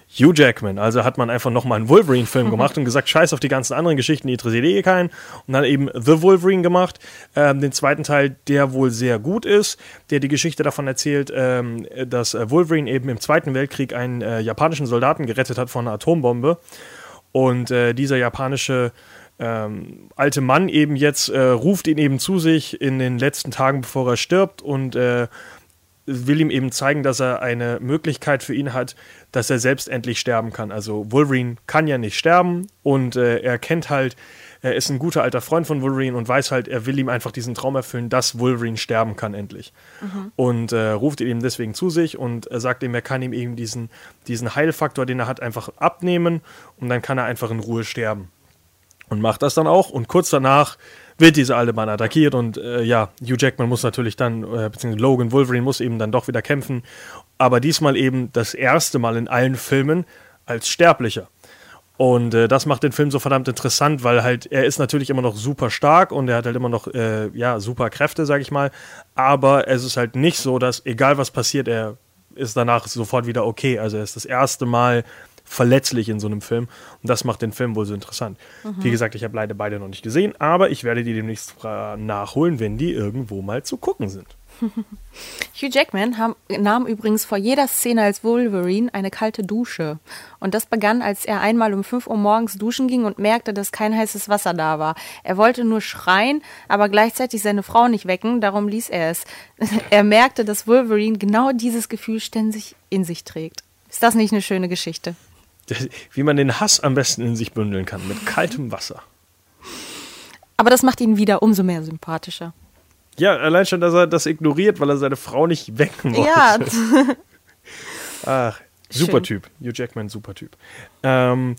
Hugh Jackman. Also hat man einfach nochmal einen Wolverine-Film gemacht und gesagt, scheiß auf die ganzen anderen Geschichten, die interessiert eh keinen. Und dann eben The Wolverine gemacht. Ähm, den zweiten Teil, der wohl sehr gut ist, der die Geschichte davon erzählt, ähm, dass Wolverine eben im Zweiten Weltkrieg einen äh, japanischen Soldaten gerettet hat von einer Atombombe. Und äh, dieser japanische ähm, alte Mann eben jetzt äh, ruft ihn eben zu sich in den letzten Tagen, bevor er stirbt und äh, will ihm eben zeigen, dass er eine Möglichkeit für ihn hat, dass er selbst endlich sterben kann. Also Wolverine kann ja nicht sterben und äh, er kennt halt, er ist ein guter alter Freund von Wolverine und weiß halt, er will ihm einfach diesen Traum erfüllen, dass Wolverine sterben kann endlich. Mhm. Und äh, ruft ihn eben deswegen zu sich und äh, sagt ihm, er kann ihm eben diesen, diesen Heilfaktor, den er hat, einfach abnehmen und dann kann er einfach in Ruhe sterben. Und macht das dann auch und kurz danach wird dieser alte Mann attackiert und äh, ja, Hugh Jackman muss natürlich dann, äh, beziehungsweise Logan Wolverine muss eben dann doch wieder kämpfen, aber diesmal eben das erste Mal in allen Filmen als Sterblicher. Und äh, das macht den Film so verdammt interessant, weil halt, er ist natürlich immer noch super stark und er hat halt immer noch, äh, ja, super Kräfte, sag ich mal, aber es ist halt nicht so, dass egal was passiert, er ist danach sofort wieder okay, also er ist das erste Mal verletzlich in so einem Film. Und das macht den Film wohl so interessant. Mhm. Wie gesagt, ich habe leider beide noch nicht gesehen, aber ich werde die demnächst nachholen, wenn die irgendwo mal zu gucken sind. Hugh Jackman haben, nahm übrigens vor jeder Szene als Wolverine eine kalte Dusche. Und das begann, als er einmal um fünf Uhr morgens duschen ging und merkte, dass kein heißes Wasser da war. Er wollte nur schreien, aber gleichzeitig seine Frau nicht wecken, darum ließ er es. Er merkte, dass Wolverine genau dieses Gefühl ständig in sich trägt. Ist das nicht eine schöne Geschichte? Wie man den Hass am besten in sich bündeln kann, mit kaltem Wasser. Aber das macht ihn wieder umso mehr sympathischer. Ja, allein schon, dass er das ignoriert, weil er seine Frau nicht wecken wollte. Ja. Ach, super Typ. Hugh Jackman, super Typ. Ähm,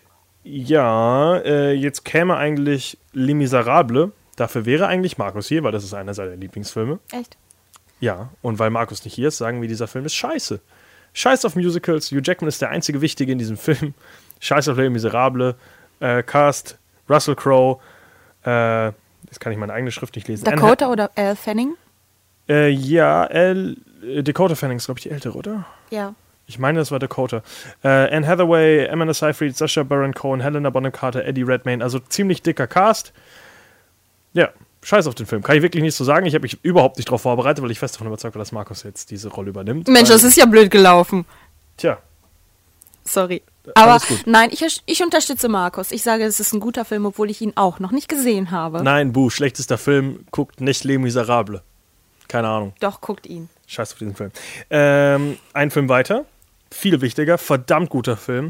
ja, äh, jetzt käme eigentlich Les Miserables. Dafür wäre eigentlich Markus hier, weil das ist einer seiner Lieblingsfilme. Echt? Ja, und weil Markus nicht hier ist, sagen wir, dieser Film ist scheiße. Scheiß auf Musicals, Hugh Jackman ist der einzige Wichtige in diesem Film. Scheiß auf Les Miserables, äh, Cast, Russell Crowe, äh, jetzt kann ich meine eigene Schrift nicht lesen. Dakota Anne- oder Elle Fanning? Äh, ja, Elle, äh, Dakota Fanning ist, glaube ich, die ältere, oder? Ja. Ich meine, das war Dakota. Äh, Anne Hathaway, Amanda Seyfried, Sacha Baron Cohen, Helena Bonham Carter, Eddie Redmayne, also ziemlich dicker Cast. Ja, scheiß auf den Film. Kann ich wirklich nichts zu sagen. Ich habe mich überhaupt nicht darauf vorbereitet, weil ich fest davon überzeugt war, dass Markus jetzt diese Rolle übernimmt. Mensch, das ist ja blöd gelaufen. Tja. Sorry. Aber gut. nein, ich, ich unterstütze Markus. Ich sage, es ist ein guter Film, obwohl ich ihn auch noch nicht gesehen habe. Nein, Buh, schlechtester Film. Guckt nicht Les Miserables. Keine Ahnung. Doch, guckt ihn. Scheiß auf diesen Film. Ähm, ein Film weiter. Viel wichtiger. Verdammt guter Film.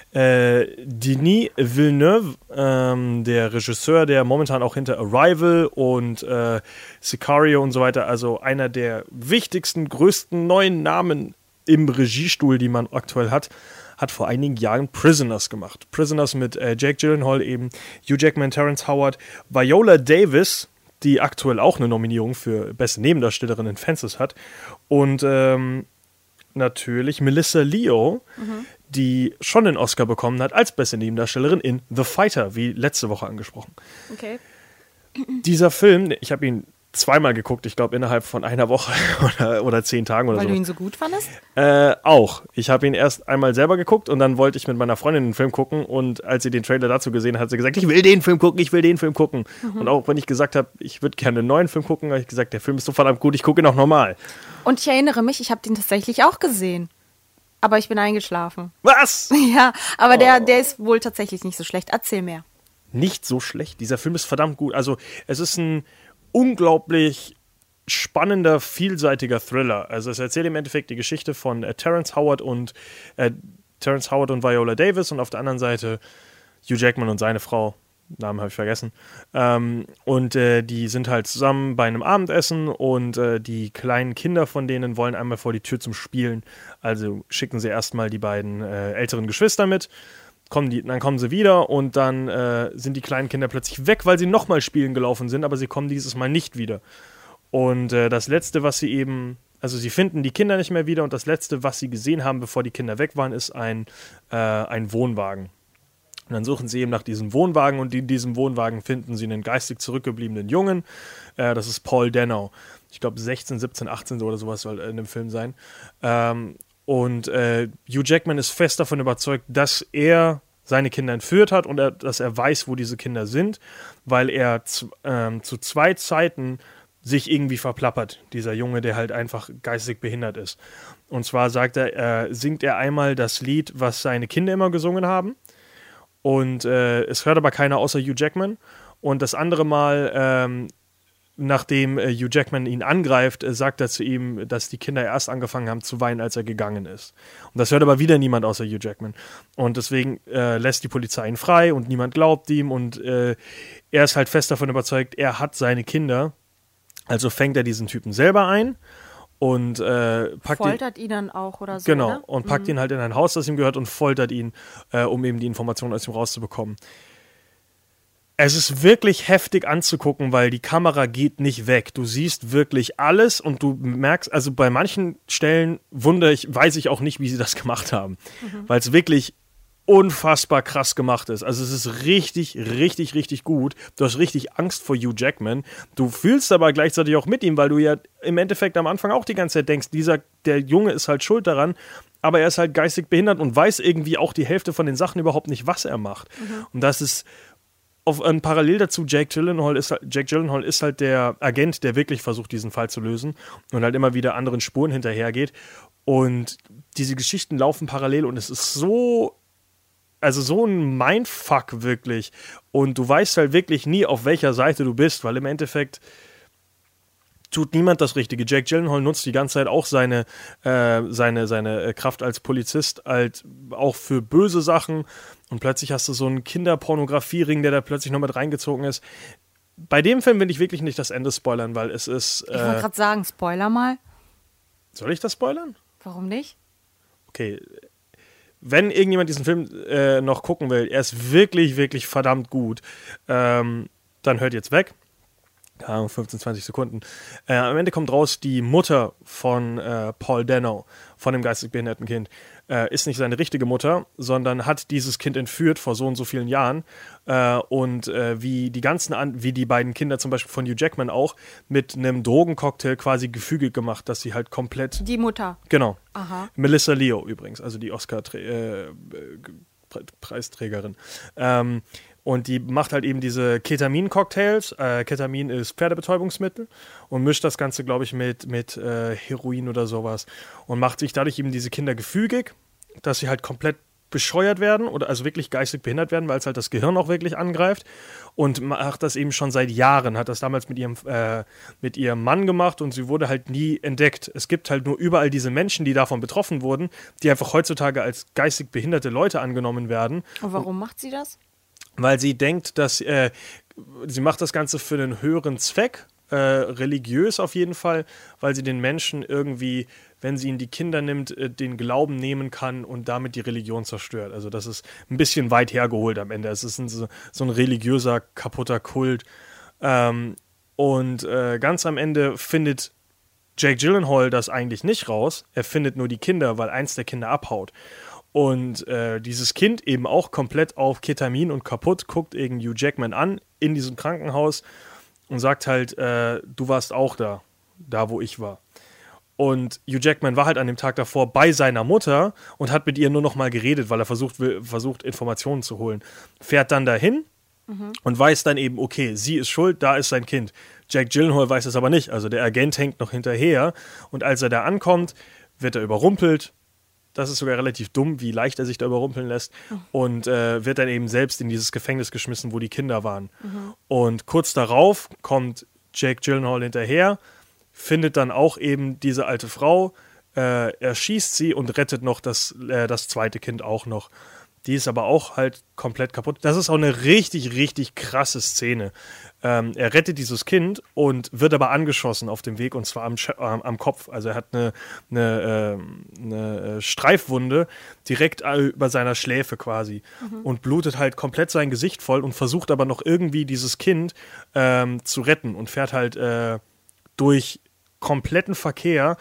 Äh, Denis Villeneuve, ähm, der Regisseur, der momentan auch hinter Arrival und äh, Sicario und so weiter, also einer der wichtigsten, größten neuen Namen im Regiestuhl, die man aktuell hat, hat vor einigen Jahren Prisoners gemacht. Prisoners mit äh, Jake Gyllenhaal eben, Hugh Jackman, Terrence Howard, Viola Davis, die aktuell auch eine Nominierung für beste Nebendarstellerin in Fences hat, und ähm, natürlich Melissa Leo, mhm. die schon einen Oscar bekommen hat als beste Nebendarstellerin in The Fighter, wie letzte Woche angesprochen. Okay. Dieser Film, ich habe ihn zweimal geguckt, ich glaube innerhalb von einer Woche oder, oder zehn Tagen oder so. Weil du ihn so gut fandest? Äh, auch. Ich habe ihn erst einmal selber geguckt und dann wollte ich mit meiner Freundin den Film gucken, und als sie den Trailer dazu gesehen hat, hat sie gesagt, ich will den Film gucken, ich will den Film gucken. Mhm. Und auch wenn ich gesagt habe, ich würde gerne einen neuen Film gucken, habe ich gesagt, der Film ist so verdammt gut, ich gucke ihn auch normal. Und ich erinnere mich, ich habe den tatsächlich auch gesehen. Aber ich bin eingeschlafen. Was? Ja, aber oh. der, der ist wohl tatsächlich nicht so schlecht. Erzähl mehr. Nicht so schlecht. Dieser Film ist verdammt gut. Also es ist ein unglaublich spannender, vielseitiger Thriller. Also es erzählt im Endeffekt die Geschichte von äh, Terrence Howard und äh, Terrence Howard und Viola Davis und auf der anderen Seite Hugh Jackman und seine Frau. Namen habe ich vergessen. Ähm, und äh, die sind halt zusammen bei einem Abendessen, und äh, die kleinen Kinder von denen wollen einmal vor die Tür zum Spielen. Also schicken sie erstmal die beiden äh, älteren Geschwister mit. Kommen die, dann kommen sie wieder, und dann äh, sind die kleinen Kinder plötzlich weg, weil sie nochmal spielen gelaufen sind, aber sie kommen dieses Mal nicht wieder. Und äh, das Letzte, was sie eben, also sie finden die Kinder nicht mehr wieder, und das Letzte, was sie gesehen haben, bevor die Kinder weg waren, ist ein, äh, ein Wohnwagen. Und dann suchen sie eben nach diesem Wohnwagen, und in diesem Wohnwagen finden sie einen geistig zurückgebliebenen Jungen. Äh, das ist Paul Dano. Ich glaube sechzehn, siebzehn, achtzehn oder sowas soll in dem Film sein. Ähm, Und äh, Hugh Jackman ist fest davon überzeugt, dass er seine Kinder entführt hat und er, dass er weiß, wo diese Kinder sind, weil er zu, ähm, zu zwei Zeiten sich irgendwie verplappert, dieser Junge, der halt einfach geistig behindert ist. Und zwar sagt er, äh, singt er einmal das Lied, was seine Kinder immer gesungen haben. Und äh, es hört aber keiner außer Hugh Jackman. Und das andere Mal, ähm, nachdem äh, Hugh Jackman ihn angreift, äh, sagt er zu ihm, dass die Kinder erst angefangen haben zu weinen, als er gegangen ist. Und das hört aber wieder niemand außer Hugh Jackman. Und deswegen äh, lässt die Polizei ihn frei und niemand glaubt ihm. Und äh, er ist halt fest davon überzeugt, er hat seine Kinder. Also fängt er diesen Typen selber ein und äh, packt foltert ihn, ihn dann auch oder so. Genau, oder? und packt mhm. ihn halt in ein Haus, das ihm gehört und foltert ihn, äh, um eben die Informationen aus ihm rauszubekommen. Es ist wirklich heftig anzugucken, weil die Kamera geht nicht weg. Du siehst wirklich alles und du merkst, also bei manchen Stellen wundere ich, weiß ich auch nicht, wie sie das gemacht haben, mhm. weil es wirklich unfassbar krass gemacht ist. Also es ist richtig, richtig, richtig gut. Du hast richtig Angst vor Hugh Jackman. Du fühlst aber gleichzeitig auch mit ihm, weil du ja im Endeffekt am Anfang auch die ganze Zeit denkst, dieser, der Junge ist halt schuld daran, aber er ist halt geistig behindert und weiß irgendwie auch die Hälfte von den Sachen überhaupt nicht, was er macht. Mhm. Und das ist auf ein parallel dazu, Jake Gyllenhaal ist, Jake Gyllenhaal ist halt der Agent, der wirklich versucht, diesen Fall zu lösen und halt immer wieder anderen Spuren hinterhergeht. Und diese Geschichten laufen parallel und es ist so Also so ein Mindfuck wirklich. Und du weißt halt wirklich nie, auf welcher Seite du bist, weil im Endeffekt tut niemand das Richtige. Jake Gyllenhaal nutzt die ganze Zeit auch seine, äh, seine, seine Kraft als Polizist halt auch für böse Sachen. Und plötzlich hast du so einen Kinderpornografiering, der da plötzlich noch mit reingezogen ist. Bei dem Film will ich wirklich nicht das Ende spoilern, weil es ist... Äh, ich wollte gerade sagen, Spoiler mal. Soll ich das spoilern? Warum nicht? Okay, wenn irgendjemand diesen Film äh, noch gucken will, er ist wirklich, wirklich verdammt gut, ähm, dann hört jetzt weg. Ja, fünfzehn, zwanzig Sekunden. Äh, am Ende kommt raus, die Mutter von äh, Paul Dano, von dem geistig behinderten Kind, äh, ist nicht seine richtige Mutter, sondern hat dieses Kind entführt vor so und so vielen Jahren. Äh, und äh, wie die ganzen, An- wie die beiden Kinder zum Beispiel von Hugh Jackman auch, mit einem Drogencocktail quasi gefügig gemacht, dass sie halt komplett... Die Mutter. Genau. Aha. Melissa Leo übrigens, also die Oscar-Preisträgerin. Äh, ähm, Und die macht halt eben diese Ketamin-Cocktails. Äh, Ketamin ist Pferdebetäubungsmittel und mischt das Ganze, glaube ich, mit, mit äh, Heroin oder sowas. Und macht sich dadurch eben diese Kinder gefügig, dass sie halt komplett bescheuert werden oder also wirklich geistig behindert werden, weil es halt das Gehirn auch wirklich angreift. Und macht das eben schon seit Jahren. Hat das damals mit ihrem, äh, mit ihrem Mann gemacht und sie wurde halt nie entdeckt. Es gibt halt nur überall diese Menschen, die davon betroffen wurden, die einfach heutzutage als geistig behinderte Leute angenommen werden. Und warum macht sie das? Weil sie denkt, dass äh, sie macht das Ganze für einen höheren Zweck, äh, religiös auf jeden Fall, weil sie den Menschen irgendwie, wenn sie ihnen die Kinder nimmt, äh, den Glauben nehmen kann und damit die Religion zerstört. Also das ist ein bisschen weit hergeholt am Ende. Es ist ein, so, so ein religiöser, kaputter Kult. Ähm, und äh, ganz am Ende findet Jake Gyllenhaal das eigentlich nicht raus. Er findet nur die Kinder, weil eins der Kinder abhaut. Und äh, dieses Kind eben auch komplett auf Ketamin und kaputt, guckt eben Hugh Jackman an in diesem Krankenhaus und sagt halt, äh, du warst auch da, da wo ich war. Und Hugh Jackman war halt an dem Tag davor bei seiner Mutter und hat mit ihr nur noch mal geredet, weil er versucht, will, versucht Informationen zu holen. Fährt dann dahin mhm. und weiß dann eben, okay, sie ist schuld, da ist sein Kind. Jake Gyllenhaal weiß es aber nicht, also der Agent hängt noch hinterher und als er da ankommt, wird er überrumpelt. Das ist sogar relativ dumm, wie leicht er sich da überrumpeln lässt. Mhm. Und äh, wird dann eben selbst in dieses Gefängnis geschmissen, wo die Kinder waren. Mhm. Und kurz darauf kommt Jake Gyllenhaal hinterher, findet dann auch eben diese alte Frau, äh, erschießt sie und rettet noch das, äh, das zweite Kind auch noch. Die ist aber auch halt komplett kaputt. Das ist auch eine richtig, richtig krasse Szene. Ähm, er rettet dieses Kind und wird aber angeschossen auf dem Weg und zwar am, äh, am Kopf. Also er hat eine, eine, äh, eine Streifwunde direkt über seiner Schläfe quasi mhm. und blutet halt komplett sein Gesicht voll und versucht aber noch irgendwie dieses Kind ähm, zu retten und fährt halt äh, durch kompletten Verkehr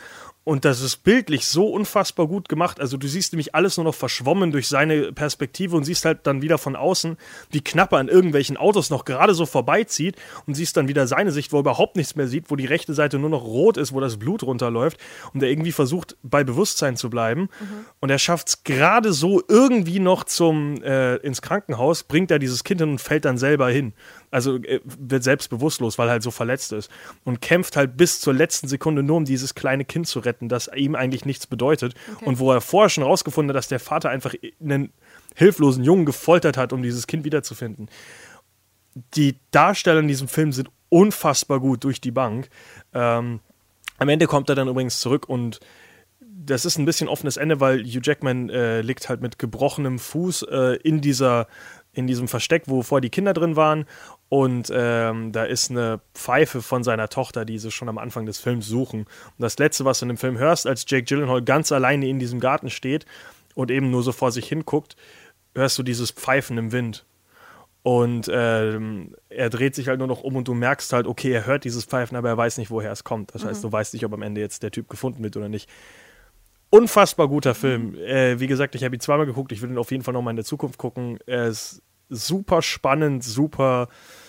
Und das ist bildlich so unfassbar gut gemacht. Also du siehst nämlich alles nur noch verschwommen durch seine Perspektive und siehst halt dann wieder von außen, wie knapp er an irgendwelchen Autos noch gerade so vorbeizieht und siehst dann wieder seine Sicht, wo er überhaupt nichts mehr sieht, wo die rechte Seite nur noch rot ist, wo das Blut runterläuft und er irgendwie versucht, bei Bewusstsein zu bleiben. Mhm. Und er schafft es gerade so irgendwie noch zum äh, ins Krankenhaus, bringt er dieses Kind hin und fällt dann selber hin. Also er wird selbst bewusstlos, weil er halt so verletzt ist. Und kämpft halt bis zur letzten Sekunde nur, um dieses kleine Kind zu retten, das ihm eigentlich nichts bedeutet. Okay. Und wo er vorher schon rausgefunden hat, dass der Vater einfach einen hilflosen Jungen gefoltert hat, um dieses Kind wiederzufinden. Die Darsteller in diesem Film sind unfassbar gut durch die Bank. Ähm, am Ende kommt er dann übrigens zurück und das ist ein bisschen offenes Ende, weil Hugh Jackman äh, liegt halt mit gebrochenem Fuß äh, in dieser in diesem Versteck, wo vorher die Kinder drin waren. Und ähm, da ist eine Pfeife von seiner Tochter, die sie schon am Anfang des Films suchen. Und das Letzte, was du in dem Film hörst, als Jake Gyllenhaal ganz alleine in diesem Garten steht und eben nur so vor sich hinguckt, hörst du dieses Pfeifen im Wind. Und ähm, er dreht sich halt nur noch um und du merkst halt, okay, er hört dieses Pfeifen, aber er weiß nicht, woher es kommt. Das mhm. heißt, du weißt nicht, ob am Ende jetzt der Typ gefunden wird oder nicht. Unfassbar guter Film. Mhm. Äh, wie gesagt, ich habe ihn zweimal geguckt. Ich will ihn auf jeden Fall nochmal in der Zukunft gucken. Er ist super spannend, super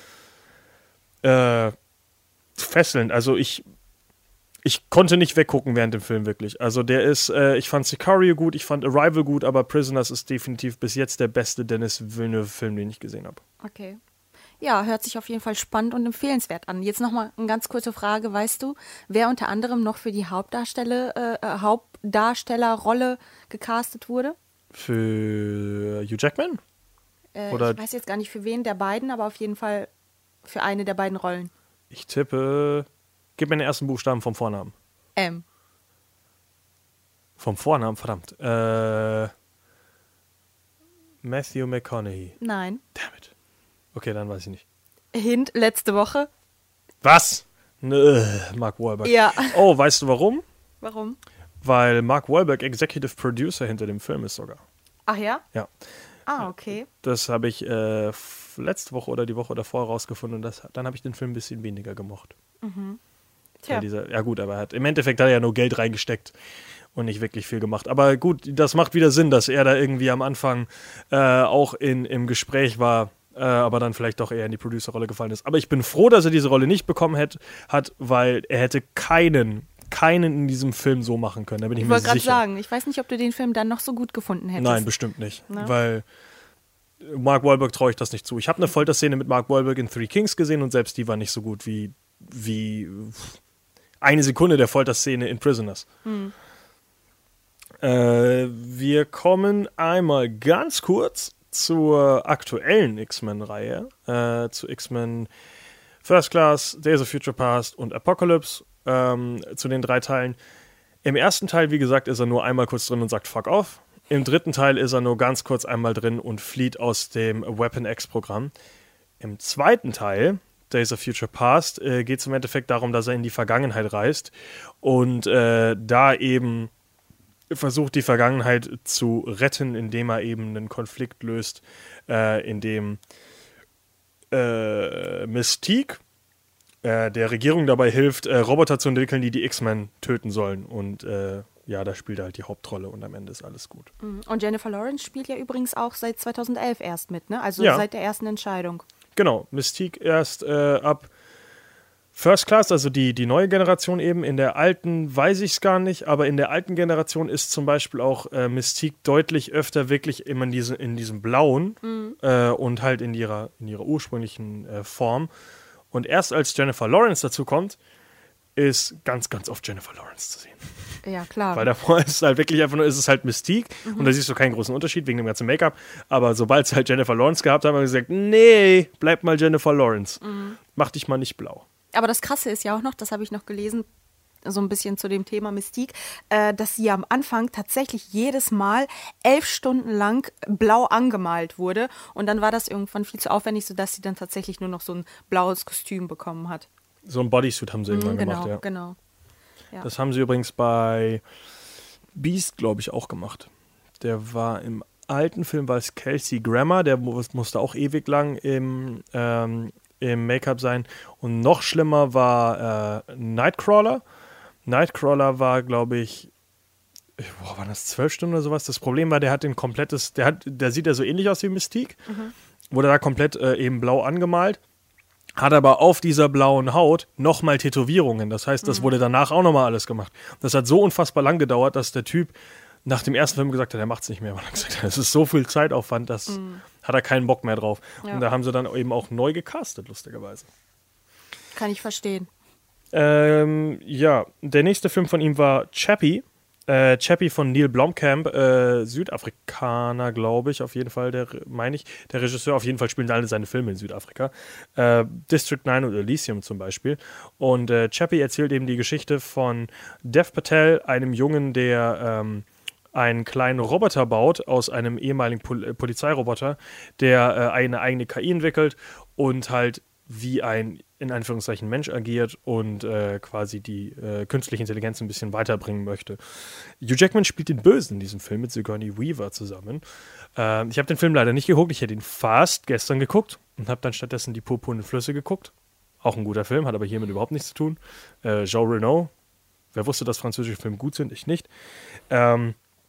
äh, fesselnd. Also ich, ich konnte nicht weggucken während dem Film wirklich. Also der ist, äh, ich fand Sicario gut, ich fand Arrival gut, aber Prisoners ist definitiv bis jetzt der beste Dennis Villeneuve-Film, den ich gesehen habe. Okay. Ja, hört sich auf jeden Fall spannend und empfehlenswert an. Jetzt nochmal eine ganz kurze Frage. Weißt du, wer unter anderem noch für die Hauptdarsteller, äh, Hauptdarstellerrolle gecastet wurde? Für Hugh Jackman? Äh, Oder ich weiß jetzt gar nicht für wen der beiden, aber auf jeden Fall für eine der beiden Rollen. Ich tippe, gib mir den ersten Buchstaben vom Vornamen. M. Vom Vornamen, verdammt. Äh, Matthew McConaughey. Nein. Damn it. Okay, dann weiß ich nicht. Hint, letzte Woche. Was? Nö, Mark Wahlberg. Ja. Oh, weißt du warum? Warum? Weil Mark Wahlberg Executive Producer hinter dem Film ist sogar. Ach ja? Ja. Ah, okay. Das habe ich äh, letzte Woche oder die Woche davor rausgefunden und das, dann habe ich den Film ein bisschen weniger gemocht. Mhm. Tja. Ja, dieser, ja gut, aber er hat, im Endeffekt hat er ja nur Geld reingesteckt und nicht wirklich viel gemacht. Aber gut, das macht wieder Sinn, dass er da irgendwie am Anfang äh, auch in, im Gespräch war, äh, aber dann vielleicht doch eher in die Producer-Rolle gefallen ist. Aber ich bin froh, dass er diese Rolle nicht bekommen hat, hat weil er hätte keinen, keinen in diesem Film so machen können. Da bin ich, ich mir sicher. Ich wollte gerade sagen, ich weiß nicht, ob du den Film dann noch so gut gefunden hättest. Nein, bestimmt nicht. Na? Weil Mark Wahlberg traue ich das nicht zu. Ich habe eine Folterszene mit Mark Wahlberg in Three Kings gesehen und selbst die war nicht so gut wie, wie eine Sekunde der Folterszene in Prisoners. Hm. Äh, wir kommen einmal ganz kurz zur aktuellen X-Men-Reihe, äh, zu X-Men First Class, Days of Future Past und Apocalypse, ähm, zu den drei Teilen. Im ersten Teil, wie gesagt, ist er nur einmal kurz drin und sagt Fuck off. Im dritten Teil ist er nur ganz kurz einmal drin und flieht aus dem Weapon X-Programm. Im zweiten Teil, Days of Future Past, äh, geht es im Endeffekt darum, dass er in die Vergangenheit reist und äh, da eben versucht, die Vergangenheit zu retten, indem er eben einen Konflikt löst, äh, in dem äh, Mystique äh, der Regierung dabei hilft, äh, Roboter zu entwickeln, die die X-Men töten sollen. Und äh, ja, da spielt er halt die Hauptrolle und am Ende ist alles gut. Und Jennifer Lawrence spielt ja übrigens auch seit zweitausendelf erst mit, ne? Also ja. Seit der ersten Entscheidung. Genau, Mystique erst äh, ab First Class, also die, die neue Generation eben. In der alten weiß ich es gar nicht, aber in der alten Generation ist zum Beispiel auch äh, Mystique deutlich öfter wirklich immer in, diese, in diesem Blauen mhm. äh, und halt in ihrer, in ihrer ursprünglichen äh, Form. Und erst als Jennifer Lawrence dazu kommt, ist ganz, ganz oft Jennifer Lawrence zu sehen. Ja, klar. Weil davor ist es halt wirklich einfach nur, ist es halt Mystique mhm. und da siehst du keinen großen Unterschied wegen dem ganzen Make-up. Aber sobald sie halt Jennifer Lawrence gehabt haben, haben wir gesagt, nee, bleib mal Jennifer Lawrence. Mhm. Mach dich mal nicht blau. Aber das Krasse ist ja auch noch, das habe ich noch gelesen, so ein bisschen zu dem Thema Mystique, äh, dass sie am Anfang tatsächlich jedes Mal elf Stunden lang blau angemalt wurde. Und dann war das irgendwann viel zu aufwendig, sodass sie dann tatsächlich nur noch so ein blaues Kostüm bekommen hat. So ein Bodysuit haben sie irgendwann mhm, genau, gemacht, ja. Genau, ja. Das haben sie übrigens bei Beast, glaube ich, auch gemacht. Der war im alten Film, war es Kelsey Grammer, der musste auch ewig lang im ähm, im Make-up sein. Und noch schlimmer war äh, Nightcrawler. Nightcrawler war, glaube ich, boah, waren das zwölf Stunden oder sowas? Das Problem war, der hat ein komplettes, der hat, der sieht ja so ähnlich aus wie Mystique, mhm. wurde da komplett äh, eben blau angemalt, hat aber auf dieser blauen Haut nochmal Tätowierungen. Das heißt, das mhm. wurde danach auch nochmal alles gemacht. Das hat so unfassbar lang gedauert, dass der Typ nach dem ersten Film gesagt hat, er macht es nicht mehr, weil er gesagt hat, es ist so viel Zeitaufwand, das mhm. hat er keinen Bock mehr drauf. Ja. Und da haben sie dann eben auch neu gecastet, lustigerweise. Kann ich verstehen. Ähm, ja, der nächste Film von ihm war Chappie. Äh, Chappie von Neil Blomkamp, äh, Südafrikaner, glaube ich, auf jeden Fall, der meine ich. Der Regisseur, auf jeden Fall spielen alle seine Filme in Südafrika. Äh, District neun und Elysium zum Beispiel. Und äh, Chappie erzählt eben die Geschichte von Dev Patel, einem Jungen, der ähm, einen kleinen Roboter baut aus einem ehemaligen Pol- Polizeiroboter, der äh, eine eigene K I entwickelt und halt wie ein, in Anführungszeichen, Mensch agiert und äh, quasi die äh, künstliche Intelligenz ein bisschen weiterbringen möchte. Hugh Jackman spielt den Bösen in diesem Film mit Sigourney Weaver zusammen. Äh, ich habe den Film leider nicht geguckt, ich hätte ihn fast gestern geguckt und habe dann stattdessen die purpurnen Flüsse geguckt. Auch ein guter Film, hat aber hiermit überhaupt nichts zu tun. Äh, Jean Reno, wer wusste, dass französische Filme gut sind? Ich nicht. Ähm,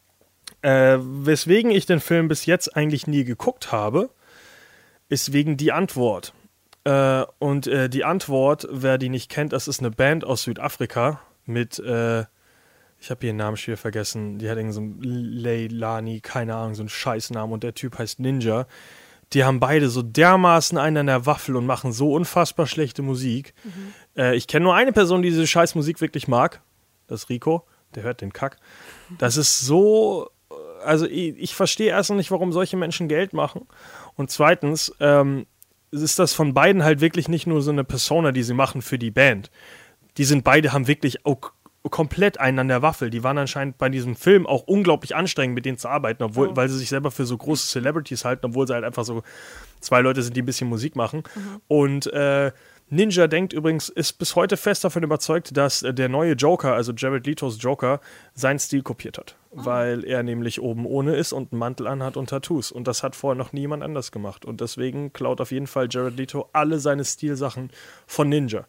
äh, weswegen ich den Film bis jetzt eigentlich nie geguckt habe, ist wegen Die Antwort. Äh, und äh, Die Antwort, wer die nicht kennt, das ist eine Band aus Südafrika mit, äh, ich habe ihren Namen schwer vergessen, die hat irgendwie so einen Leilani, keine Ahnung, so einen Scheißnamen und der Typ heißt Ninja. Die haben beide so dermaßen einen an der Waffel und machen so unfassbar schlechte Musik. Mhm. Äh, ich kenne nur eine Person, die diese Scheißmusik wirklich mag, das ist Rico, der hört den Kack. Das ist so, also ich, ich verstehe erst noch nicht, warum solche Menschen Geld machen und zweitens, ähm, ist das von beiden halt wirklich nicht nur so eine Persona, die sie machen für die Band. Die sind beide, haben wirklich auch komplett einen an der Waffel. Die waren anscheinend bei diesem Film auch unglaublich anstrengend, mit denen zu arbeiten, obwohl, oh. weil sie sich selber für so große Celebrities halten, obwohl sie halt einfach so zwei Leute sind, die ein bisschen Musik machen. Mhm. Und äh, Ninja denkt übrigens, ist bis heute fest davon überzeugt, dass äh, der neue Joker, also Jared Letos Joker, seinen Stil kopiert hat. Oh. Weil er nämlich oben ohne ist und einen Mantel anhat und Tattoos. Und das hat vorher noch niemand anders gemacht. Und deswegen klaut auf jeden Fall Jared Leto alle seine Stilsachen von Ninja.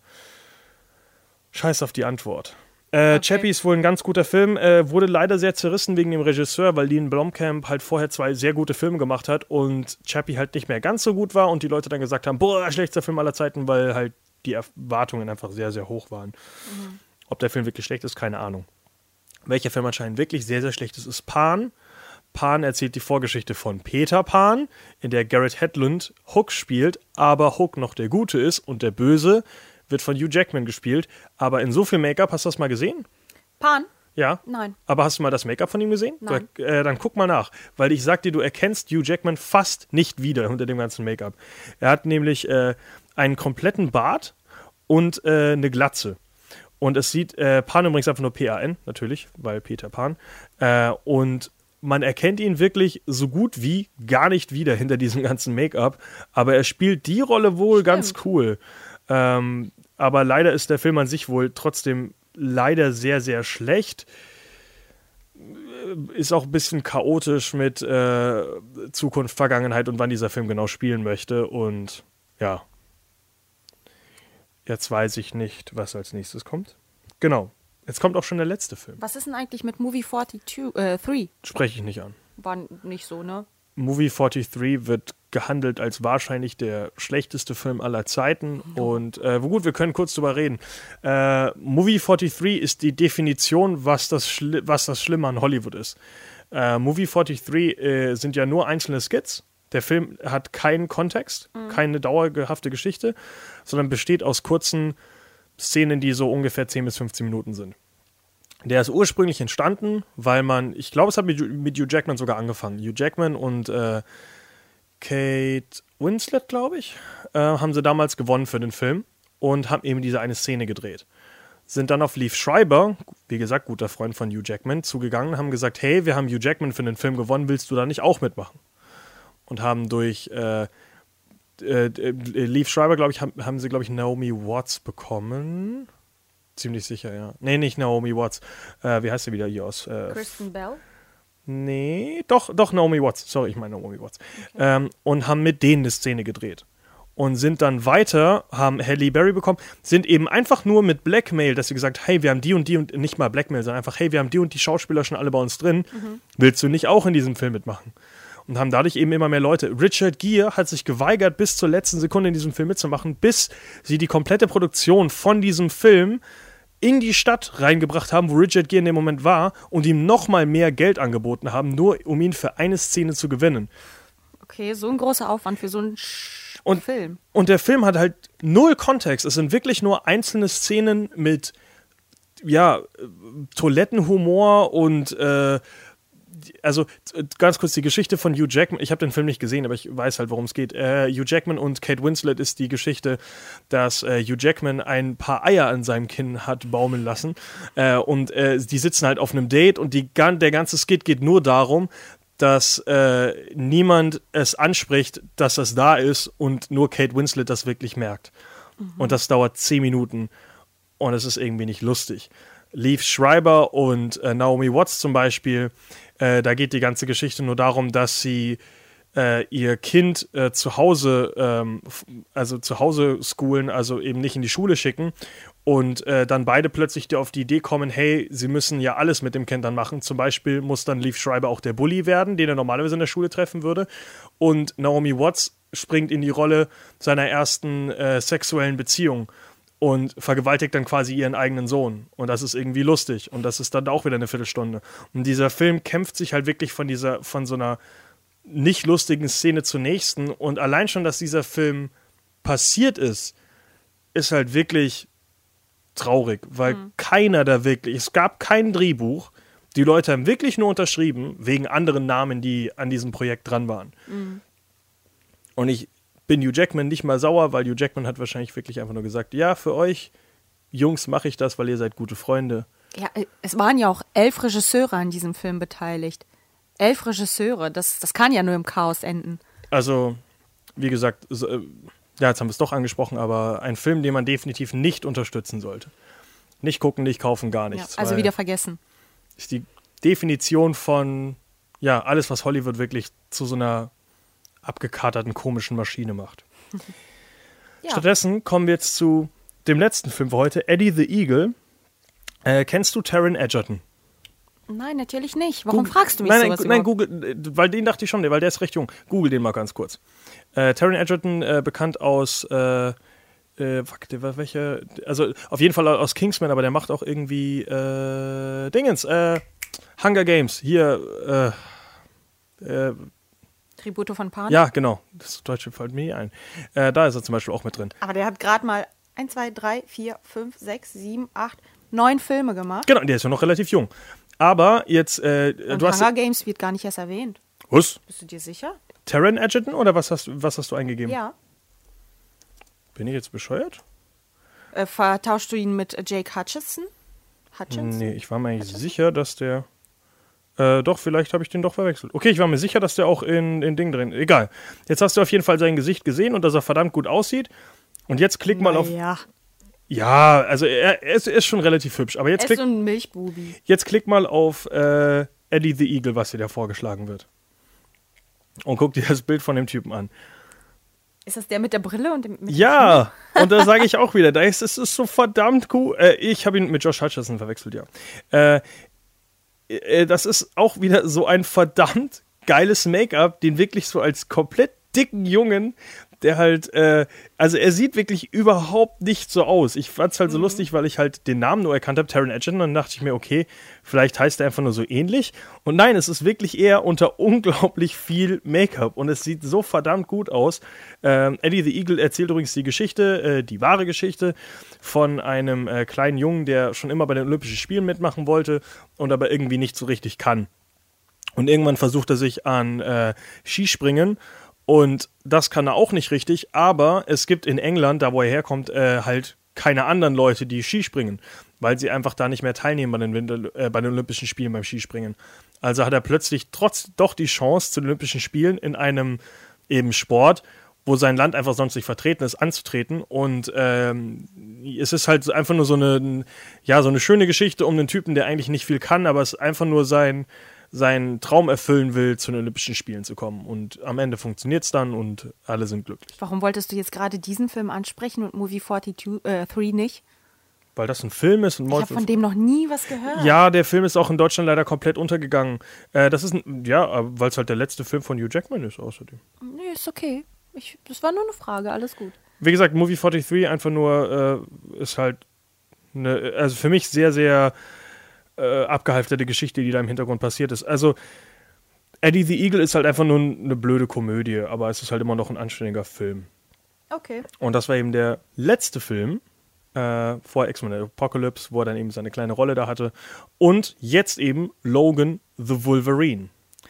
Scheiß auf die Antwort. Äh, okay. Chappie ist wohl ein ganz guter Film, äh, wurde leider sehr zerrissen wegen dem Regisseur, weil Neil Blomkamp halt vorher zwei sehr gute Filme gemacht hat und Chappie halt nicht mehr ganz so gut war und die Leute dann gesagt haben, boah, schlechtester Film aller Zeiten, weil halt die Erwartungen einfach sehr, sehr hoch waren. Mhm. Ob der Film wirklich schlecht ist, keine Ahnung. Welcher Film anscheinend wirklich sehr, sehr schlecht ist, ist Pan. Pan erzählt die Vorgeschichte von Peter Pan, in der Garrett Hedlund Hook spielt, aber Hook noch der Gute ist und der Böse wird von Hugh Jackman gespielt, aber in so viel Make-up, hast du das mal gesehen? Pan? Ja. Nein. Aber hast du mal das Make-up von ihm gesehen? Nein. Du, äh, dann guck mal nach, weil ich sag dir, du erkennst Hugh Jackman fast nicht wieder unter dem ganzen Make-up. Er hat nämlich äh, einen kompletten Bart und äh, eine Glatze. Und es sieht, äh, Pan übrigens einfach nur P A N, natürlich, weil Peter Pan. Äh, und man erkennt ihn wirklich so gut wie gar nicht wieder hinter diesem ganzen Make-up. Aber er spielt die Rolle wohl Stimmt. ganz cool. Ähm, aber leider ist der Film an sich wohl trotzdem leider sehr, sehr schlecht. Ist auch ein bisschen chaotisch mit äh, Zukunft, Vergangenheit und wann dieser Film genau spielen möchte. Und ja, jetzt weiß ich nicht, was als nächstes kommt. Genau, jetzt kommt auch schon der letzte Film. Was ist denn eigentlich mit Movie zweiundvierzig? Äh, drei? Spreche ich nicht an. War nicht so, ne? Movie dreiundvierzig wird gehandelt als wahrscheinlich der schlechteste Film aller Zeiten. Oh. Und äh, gut, wir können kurz drüber reden. Äh, Movie dreiundvierzig ist die Definition, was das, Schli- was das Schlimme an Hollywood ist. Äh, Movie dreiundvierzig äh, sind ja nur einzelne Skits. Der Film hat keinen Kontext, mhm. keine dauerhafte Geschichte, sondern besteht aus kurzen Szenen, die so ungefähr zehn bis fünfzehn Minuten sind. Der ist ursprünglich entstanden, weil man, ich glaube, es hat mit, mit Hugh Jackman sogar angefangen. Hugh Jackman und äh, Kate Winslet, glaube ich, äh, haben sie damals gewonnen für den Film und haben eben diese eine Szene gedreht. Sind dann auf Liev Schreiber, wie gesagt, guter Freund von Hugh Jackman, zugegangen, haben gesagt, hey, wir haben Hugh Jackman für den Film gewonnen, willst du da nicht auch mitmachen? Und haben durch äh, äh, Liev Schreiber, glaube ich, haben, haben sie, glaube ich, Naomi Watts bekommen. Ziemlich sicher, ja. Nee, nicht Naomi Watts. Äh, wie heißt sie wieder hier aus? Äh, Kristen Bell? Nee, doch, doch Naomi Watts. Sorry, ich meine Naomi Watts. Okay. Ähm, und haben mit denen eine Szene gedreht. und sind dann weiter, haben Halle Berry bekommen, sind eben einfach nur mit Blackmail, dass sie gesagt, hey, wir haben die und die und nicht mal Blackmail, sondern einfach, hey, wir haben die und die Schauspieler schon alle bei uns drin, mhm. willst du nicht auch in diesem Film mitmachen? Und haben dadurch eben immer mehr Leute. Richard Gere hat sich geweigert, bis zur letzten Sekunde in diesem Film mitzumachen, bis sie die komplette Produktion von diesem Film in die Stadt reingebracht haben, wo Richard Gere in dem Moment war und ihm nochmal mehr Geld angeboten haben, nur um ihn für eine Szene zu gewinnen. Okay, so ein großer Aufwand für so einen Sch- und, Film. Und der Film hat halt null Kontext. Es sind wirklich nur einzelne Szenen mit ja, Toilettenhumor und äh, also ganz kurz die Geschichte von Hugh Jackman. Ich habe den Film nicht gesehen, aber ich weiß halt, worum es geht. Äh, Hugh Jackman und Kate Winslet ist die Geschichte, dass äh, Hugh Jackman ein paar Eier an seinem Kinn hat baumeln lassen. Äh, und äh, die sitzen halt auf einem Date und die, der ganze Skit geht nur darum, dass äh, niemand es anspricht, dass das da ist und nur Kate Winslet das wirklich merkt. Mhm. Und das dauert zehn Minuten und es ist irgendwie nicht lustig. Liev Schreiber und äh, Naomi Watts zum Beispiel, äh, da geht die ganze Geschichte nur darum, dass sie äh, ihr Kind äh, zu Hause, ähm, also zu Hause schoolen, also eben nicht in die Schule schicken und äh, dann beide plötzlich auf die Idee kommen, hey, sie müssen ja alles mit dem Kind dann machen. Zum Beispiel muss dann Liev Schreiber auch der Bully werden, den er normalerweise in der Schule treffen würde, und Naomi Watts springt in die Rolle seiner ersten äh, sexuellen Beziehung und vergewaltigt dann quasi ihren eigenen Sohn. Und das ist irgendwie lustig. Und das ist dann auch wieder eine Viertelstunde. Und dieser Film kämpft sich halt wirklich von dieser, von so einer nicht lustigen Szene zur nächsten. Und allein schon, dass dieser Film passiert ist, ist halt wirklich traurig, weil mhm. keiner da wirklich, es gab kein Drehbuch. Die Leute haben wirklich nur unterschrieben, wegen anderen Namen, die an diesem Projekt dran waren. Mhm. Und ich bin Hugh Jackman nicht mal sauer, weil Hugh Jackman hat wahrscheinlich wirklich einfach nur gesagt, ja, für euch Jungs mache ich das, weil ihr seid gute Freunde. Ja, es waren ja auch elf Regisseure an diesem Film beteiligt. Elf Regisseure, das, das kann ja nur im Chaos enden. Also, wie gesagt, so, äh, ja, jetzt haben wir es doch angesprochen, aber ein Film, den man definitiv nicht unterstützen sollte. Nicht gucken, nicht kaufen, gar nichts. Ja, also wieder vergessen. Ist die Definition von, ja, alles, was Hollywood wirklich zu so einer abgekaterten, komischen Maschine macht. Ja. Stattdessen kommen wir jetzt zu dem letzten Film für heute, Eddie the Eagle. Äh, kennst du Taron Egerton? Nein, natürlich nicht. Warum Google, fragst du mich nein, sowas Nein, nein, überhaupt? Google, weil den dachte ich schon, weil der ist recht jung. Google den mal ganz kurz. Äh, Taron Egerton, äh, bekannt aus äh, äh, fuck, der war welcher, also auf jeden Fall aus Kingsman, aber der macht auch irgendwie äh, Dingens, äh, Hunger Games, hier, äh, äh, Tribute von Panem? Ja, genau. Das Deutsche fällt mir nie ein. Äh, da ist er zum Beispiel auch mit drin. Aber der hat gerade mal eins, zwei, drei, vier, fünf, sechs, sieben, acht, neun Filme gemacht. Genau, der ist ja noch relativ jung. Aber jetzt, äh, Und du hast... Hunger Games wird gar nicht erst erwähnt. Was? Bist du dir sicher? Taron Egerton oder was hast, was hast du eingegeben? Ja. Bin ich jetzt bescheuert? Äh, vertauschst du ihn mit Jake Hutcherson? Hutchins? Nee, ich war mir eigentlich sicher, dass der... Äh, doch, vielleicht habe ich den doch verwechselt. Okay, ich war mir sicher, dass der auch in, in Ding drin... Egal. Jetzt hast du auf jeden Fall sein Gesicht gesehen und dass er verdammt gut aussieht. Und jetzt klick mal auf... Ja. Ja, also er, er, ist, er ist schon relativ hübsch. Aber jetzt Er klick, ist so ein Milchbubi. jetzt klick mal auf äh, Eddie the Eagle, was dir da vorgeschlagen wird. Und guck dir das Bild von dem Typen an. Ist das der mit der Brille und dem... Mit Ja, und da sage ich auch wieder, da ist es ist so verdammt cool. Äh, ich habe ihn mit Josh Hutcherson verwechselt, ja. Äh, äh, das ist auch wieder so ein verdammt geiles Make-up, den wirklich so als komplett dicken Jungen, der halt, äh, also er sieht wirklich überhaupt nicht so aus. Ich fand's halt so mhm. lustig, weil ich halt den Namen nur erkannt habe, Taron Egerton, und dann dachte ich mir, okay, vielleicht heißt er einfach nur so ähnlich. Und nein, es ist wirklich eher unter unglaublich viel Make-up und es sieht so verdammt gut aus. Ähm, Eddie the Eagle erzählt übrigens die Geschichte, äh, die wahre Geschichte von einem äh, kleinen Jungen, der schon immer bei den Olympischen Spielen mitmachen wollte und aber irgendwie nicht so richtig kann. Und irgendwann versucht er sich an äh, Skispringen. Und das kann er auch nicht richtig, aber es gibt in England, da wo er herkommt, äh, halt keine anderen Leute, die Skispringen, weil sie einfach da nicht mehr teilnehmen bei den, Winter, äh, bei den Olympischen Spielen beim Skispringen. Also hat er plötzlich trotz doch die Chance, zu den Olympischen Spielen in einem eben Sport, wo sein Land einfach sonst nicht vertreten ist, anzutreten. Und ähm, es ist halt einfach nur so eine, ja, so eine schöne Geschichte um einen Typen, der eigentlich nicht viel kann, aber es ist einfach nur sein... seinen Traum erfüllen will, zu den Olympischen Spielen zu kommen. Und am Ende funktioniert es dann und alle sind glücklich. Warum wolltest du jetzt gerade diesen Film ansprechen und Movie zweiundvierzig äh, drei nicht? Weil das ein Film ist. Und Ich habe von dem noch nie was gehört. Ja, der Film ist auch in Deutschland leider komplett untergegangen. Äh, das ist ein, ja, weil es halt der letzte Film von Hugh Jackman ist außerdem. Nee, ist okay. Ich, das war nur eine Frage, alles gut. Wie gesagt, Movie dreiundvierzig einfach nur äh, ist halt eine, also für mich sehr, sehr äh, abgehalfterte Geschichte, die da im Hintergrund passiert ist. Also Eddie the Eagle ist halt einfach nur eine blöde Komödie, aber es ist halt immer noch ein anständiger Film. Okay. Und das war eben der letzte Film äh, vor X-Men Apocalypse, wo er dann eben seine kleine Rolle da hatte. Und jetzt eben Logan the Wolverine.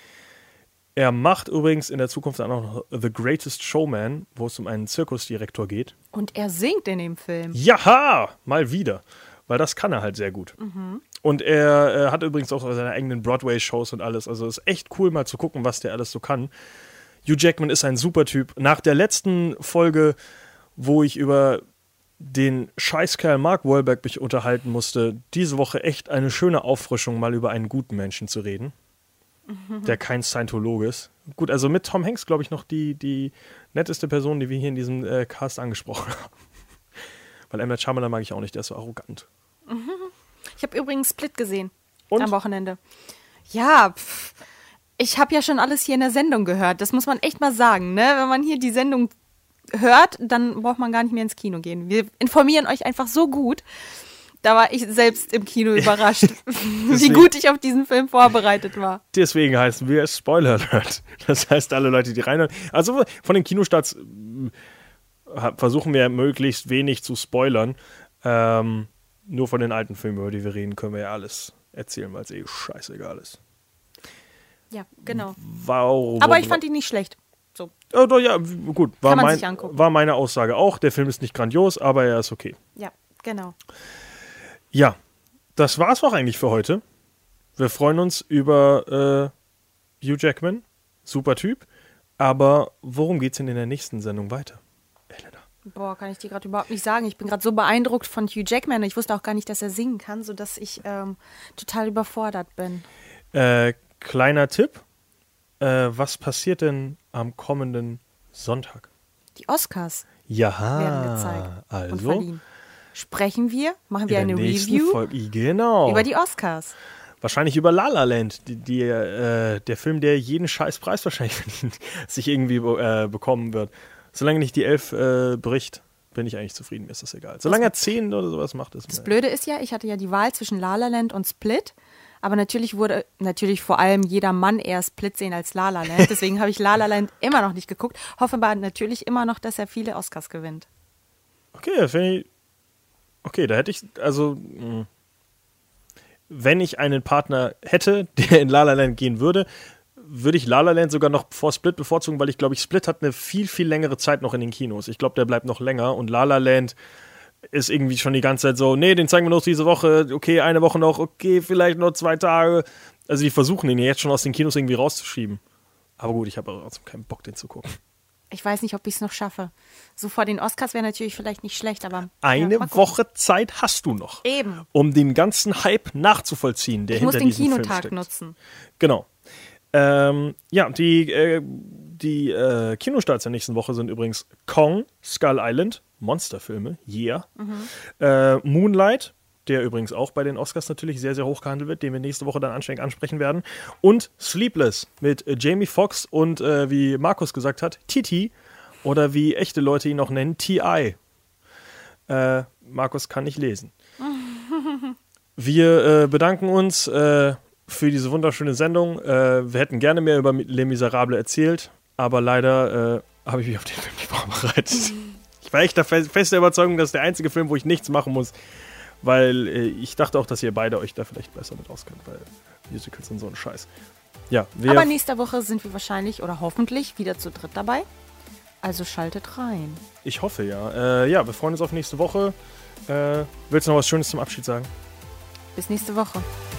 Er macht übrigens in der Zukunft dann auch noch The Greatest Showman, wo es um einen Zirkusdirektor geht. Und er singt in dem Film. Jaha, mal wieder. Weil das kann er halt sehr gut. Mhm. Und er äh, hat übrigens auch seine eigenen Broadway-Shows und alles. Also ist echt cool, mal zu gucken, was der alles so kann. Hugh Jackman ist ein super Typ. Nach der letzten Folge, wo ich über den Scheißkerl Mark Wahlberg mich unterhalten musste, diese Woche echt eine schöne Auffrischung, mal über einen guten Menschen zu reden. Der kein Scientologe ist. Gut, also mit Tom Hanks, glaube ich, noch die, die netteste Person, die wir hier in diesem äh, Cast angesprochen haben. Weil M. Night Shyamalan mag ich auch nicht, der ist so arrogant. Ich habe übrigens Split gesehen. Und? Am Wochenende. Ja, pff, ich habe ja schon alles hier in der Sendung gehört. Das muss man echt mal sagen, ne? Wenn man hier die Sendung hört, dann braucht man gar nicht mehr ins Kino gehen. Wir informieren euch einfach so gut. Da war ich selbst im Kino überrascht, wie gut ich auf diesen Film vorbereitet war. Deswegen heißen wir Spoiler Alert. Das heißt, alle Leute, die reinhören. Also von den Kinostarts äh, versuchen wir möglichst wenig zu spoilern. Ähm, nur von den alten Filmen, über die wir reden, können wir ja alles erzählen, weil es eh scheißegal ist. Ja, genau. Warum? Aber ich fand ihn nicht schlecht. So. Oh, doch, ja, gut. War, Kann man mein, sich angucken. war meine Aussage auch. Der Film ist nicht grandios, aber er ist okay. Ja, genau. Ja, das war's auch eigentlich für heute. Wir freuen uns über äh, Hugh Jackman. Super Typ. Aber worum geht's denn in der nächsten Sendung weiter? Elena. Boah, kann ich dir gerade überhaupt nicht sagen. Ich bin gerade so beeindruckt von Hugh Jackman. Ich wusste auch gar nicht, dass er singen kann, sodass ich ähm, total überfordert bin. Äh, kleiner Tipp. Äh, was passiert denn am kommenden Sonntag? Die Oscars Ja, werden gezeigt und also verliehen. Sprechen wir, machen wir in der eine nächsten Review Folge, genau. über die Oscars. Wahrscheinlich über La La Land, die, die, äh, der Film, der jeden scheiß Preis wahrscheinlich verdient, sich irgendwie äh, bekommen wird. Solange nicht die Elf äh, bricht, bin ich eigentlich zufrieden, mir ist das egal. Solange er zehn oder sowas macht, ist Das mir Blöde ist ja, ich hatte ja die Wahl zwischen La La Land und Split, aber natürlich wurde natürlich vor allem jeder Mann eher Split sehen als La La Land. Deswegen habe ich La La Land immer noch nicht geguckt. Hoffe aber natürlich immer noch, dass er viele Oscars gewinnt. Okay, finde ich. Okay, da hätte ich, also, mh. wenn ich einen Partner hätte, der in La La Land gehen würde, würde ich La La Land sogar noch vor Split bevorzugen, weil ich glaube, ich Split hat eine viel, viel längere Zeit noch in den Kinos. Ich glaube, der bleibt noch länger und La La Land ist irgendwie schon die ganze Zeit so, nee, den zeigen wir noch diese Woche, okay, eine Woche noch, okay, vielleicht noch zwei Tage. Also die versuchen den jetzt schon aus den Kinos irgendwie rauszuschieben. Aber gut, ich habe aber trotzdem keinen Bock, den zu gucken. Ich weiß nicht, ob ich es noch schaffe. So vor den Oscars wäre natürlich vielleicht nicht schlecht, aber Eine ja, mal gucken. Woche Zeit hast du noch, Eben. um den ganzen Hype nachzuvollziehen, der Ich muss hinter den diesem Film Kinotag steckt. nutzen. Genau. Ähm, ja, die, äh, die äh, Kinostarts der nächsten Woche sind übrigens Kong, Skull Island, Monsterfilme, yeah. Äh, Moonlight, der übrigens auch bei den Oscars natürlich sehr, sehr hoch gehandelt wird, den wir nächste Woche dann anständig ansprechen werden. Und Sleepless mit äh, Jamie Foxx und, äh, wie Markus gesagt hat, Titi oder wie echte Leute ihn noch nennen, T I Äh, Markus kann nicht lesen. Wir äh, bedanken uns äh, für diese wunderschöne Sendung. Äh, wir hätten gerne mehr über Les Miserables erzählt, aber leider äh, habe ich mich auf den Film nicht vorbereitet. Ich war echt der fe- feste Überzeugung, das ist der einzige Film, wo ich nichts machen muss, weil äh, ich dachte auch, dass ihr beide euch da vielleicht besser mit auskennt, weil Musicals sind so ein Scheiß. Ja, wir Aber nächste Woche sind wir wahrscheinlich oder hoffentlich wieder zu dritt dabei. Also schaltet rein. ich hoffe ja. Äh, ja, wir freuen uns auf nächste Woche. Äh, willst du noch was Schönes zum Abschied sagen? Bis nächste Woche.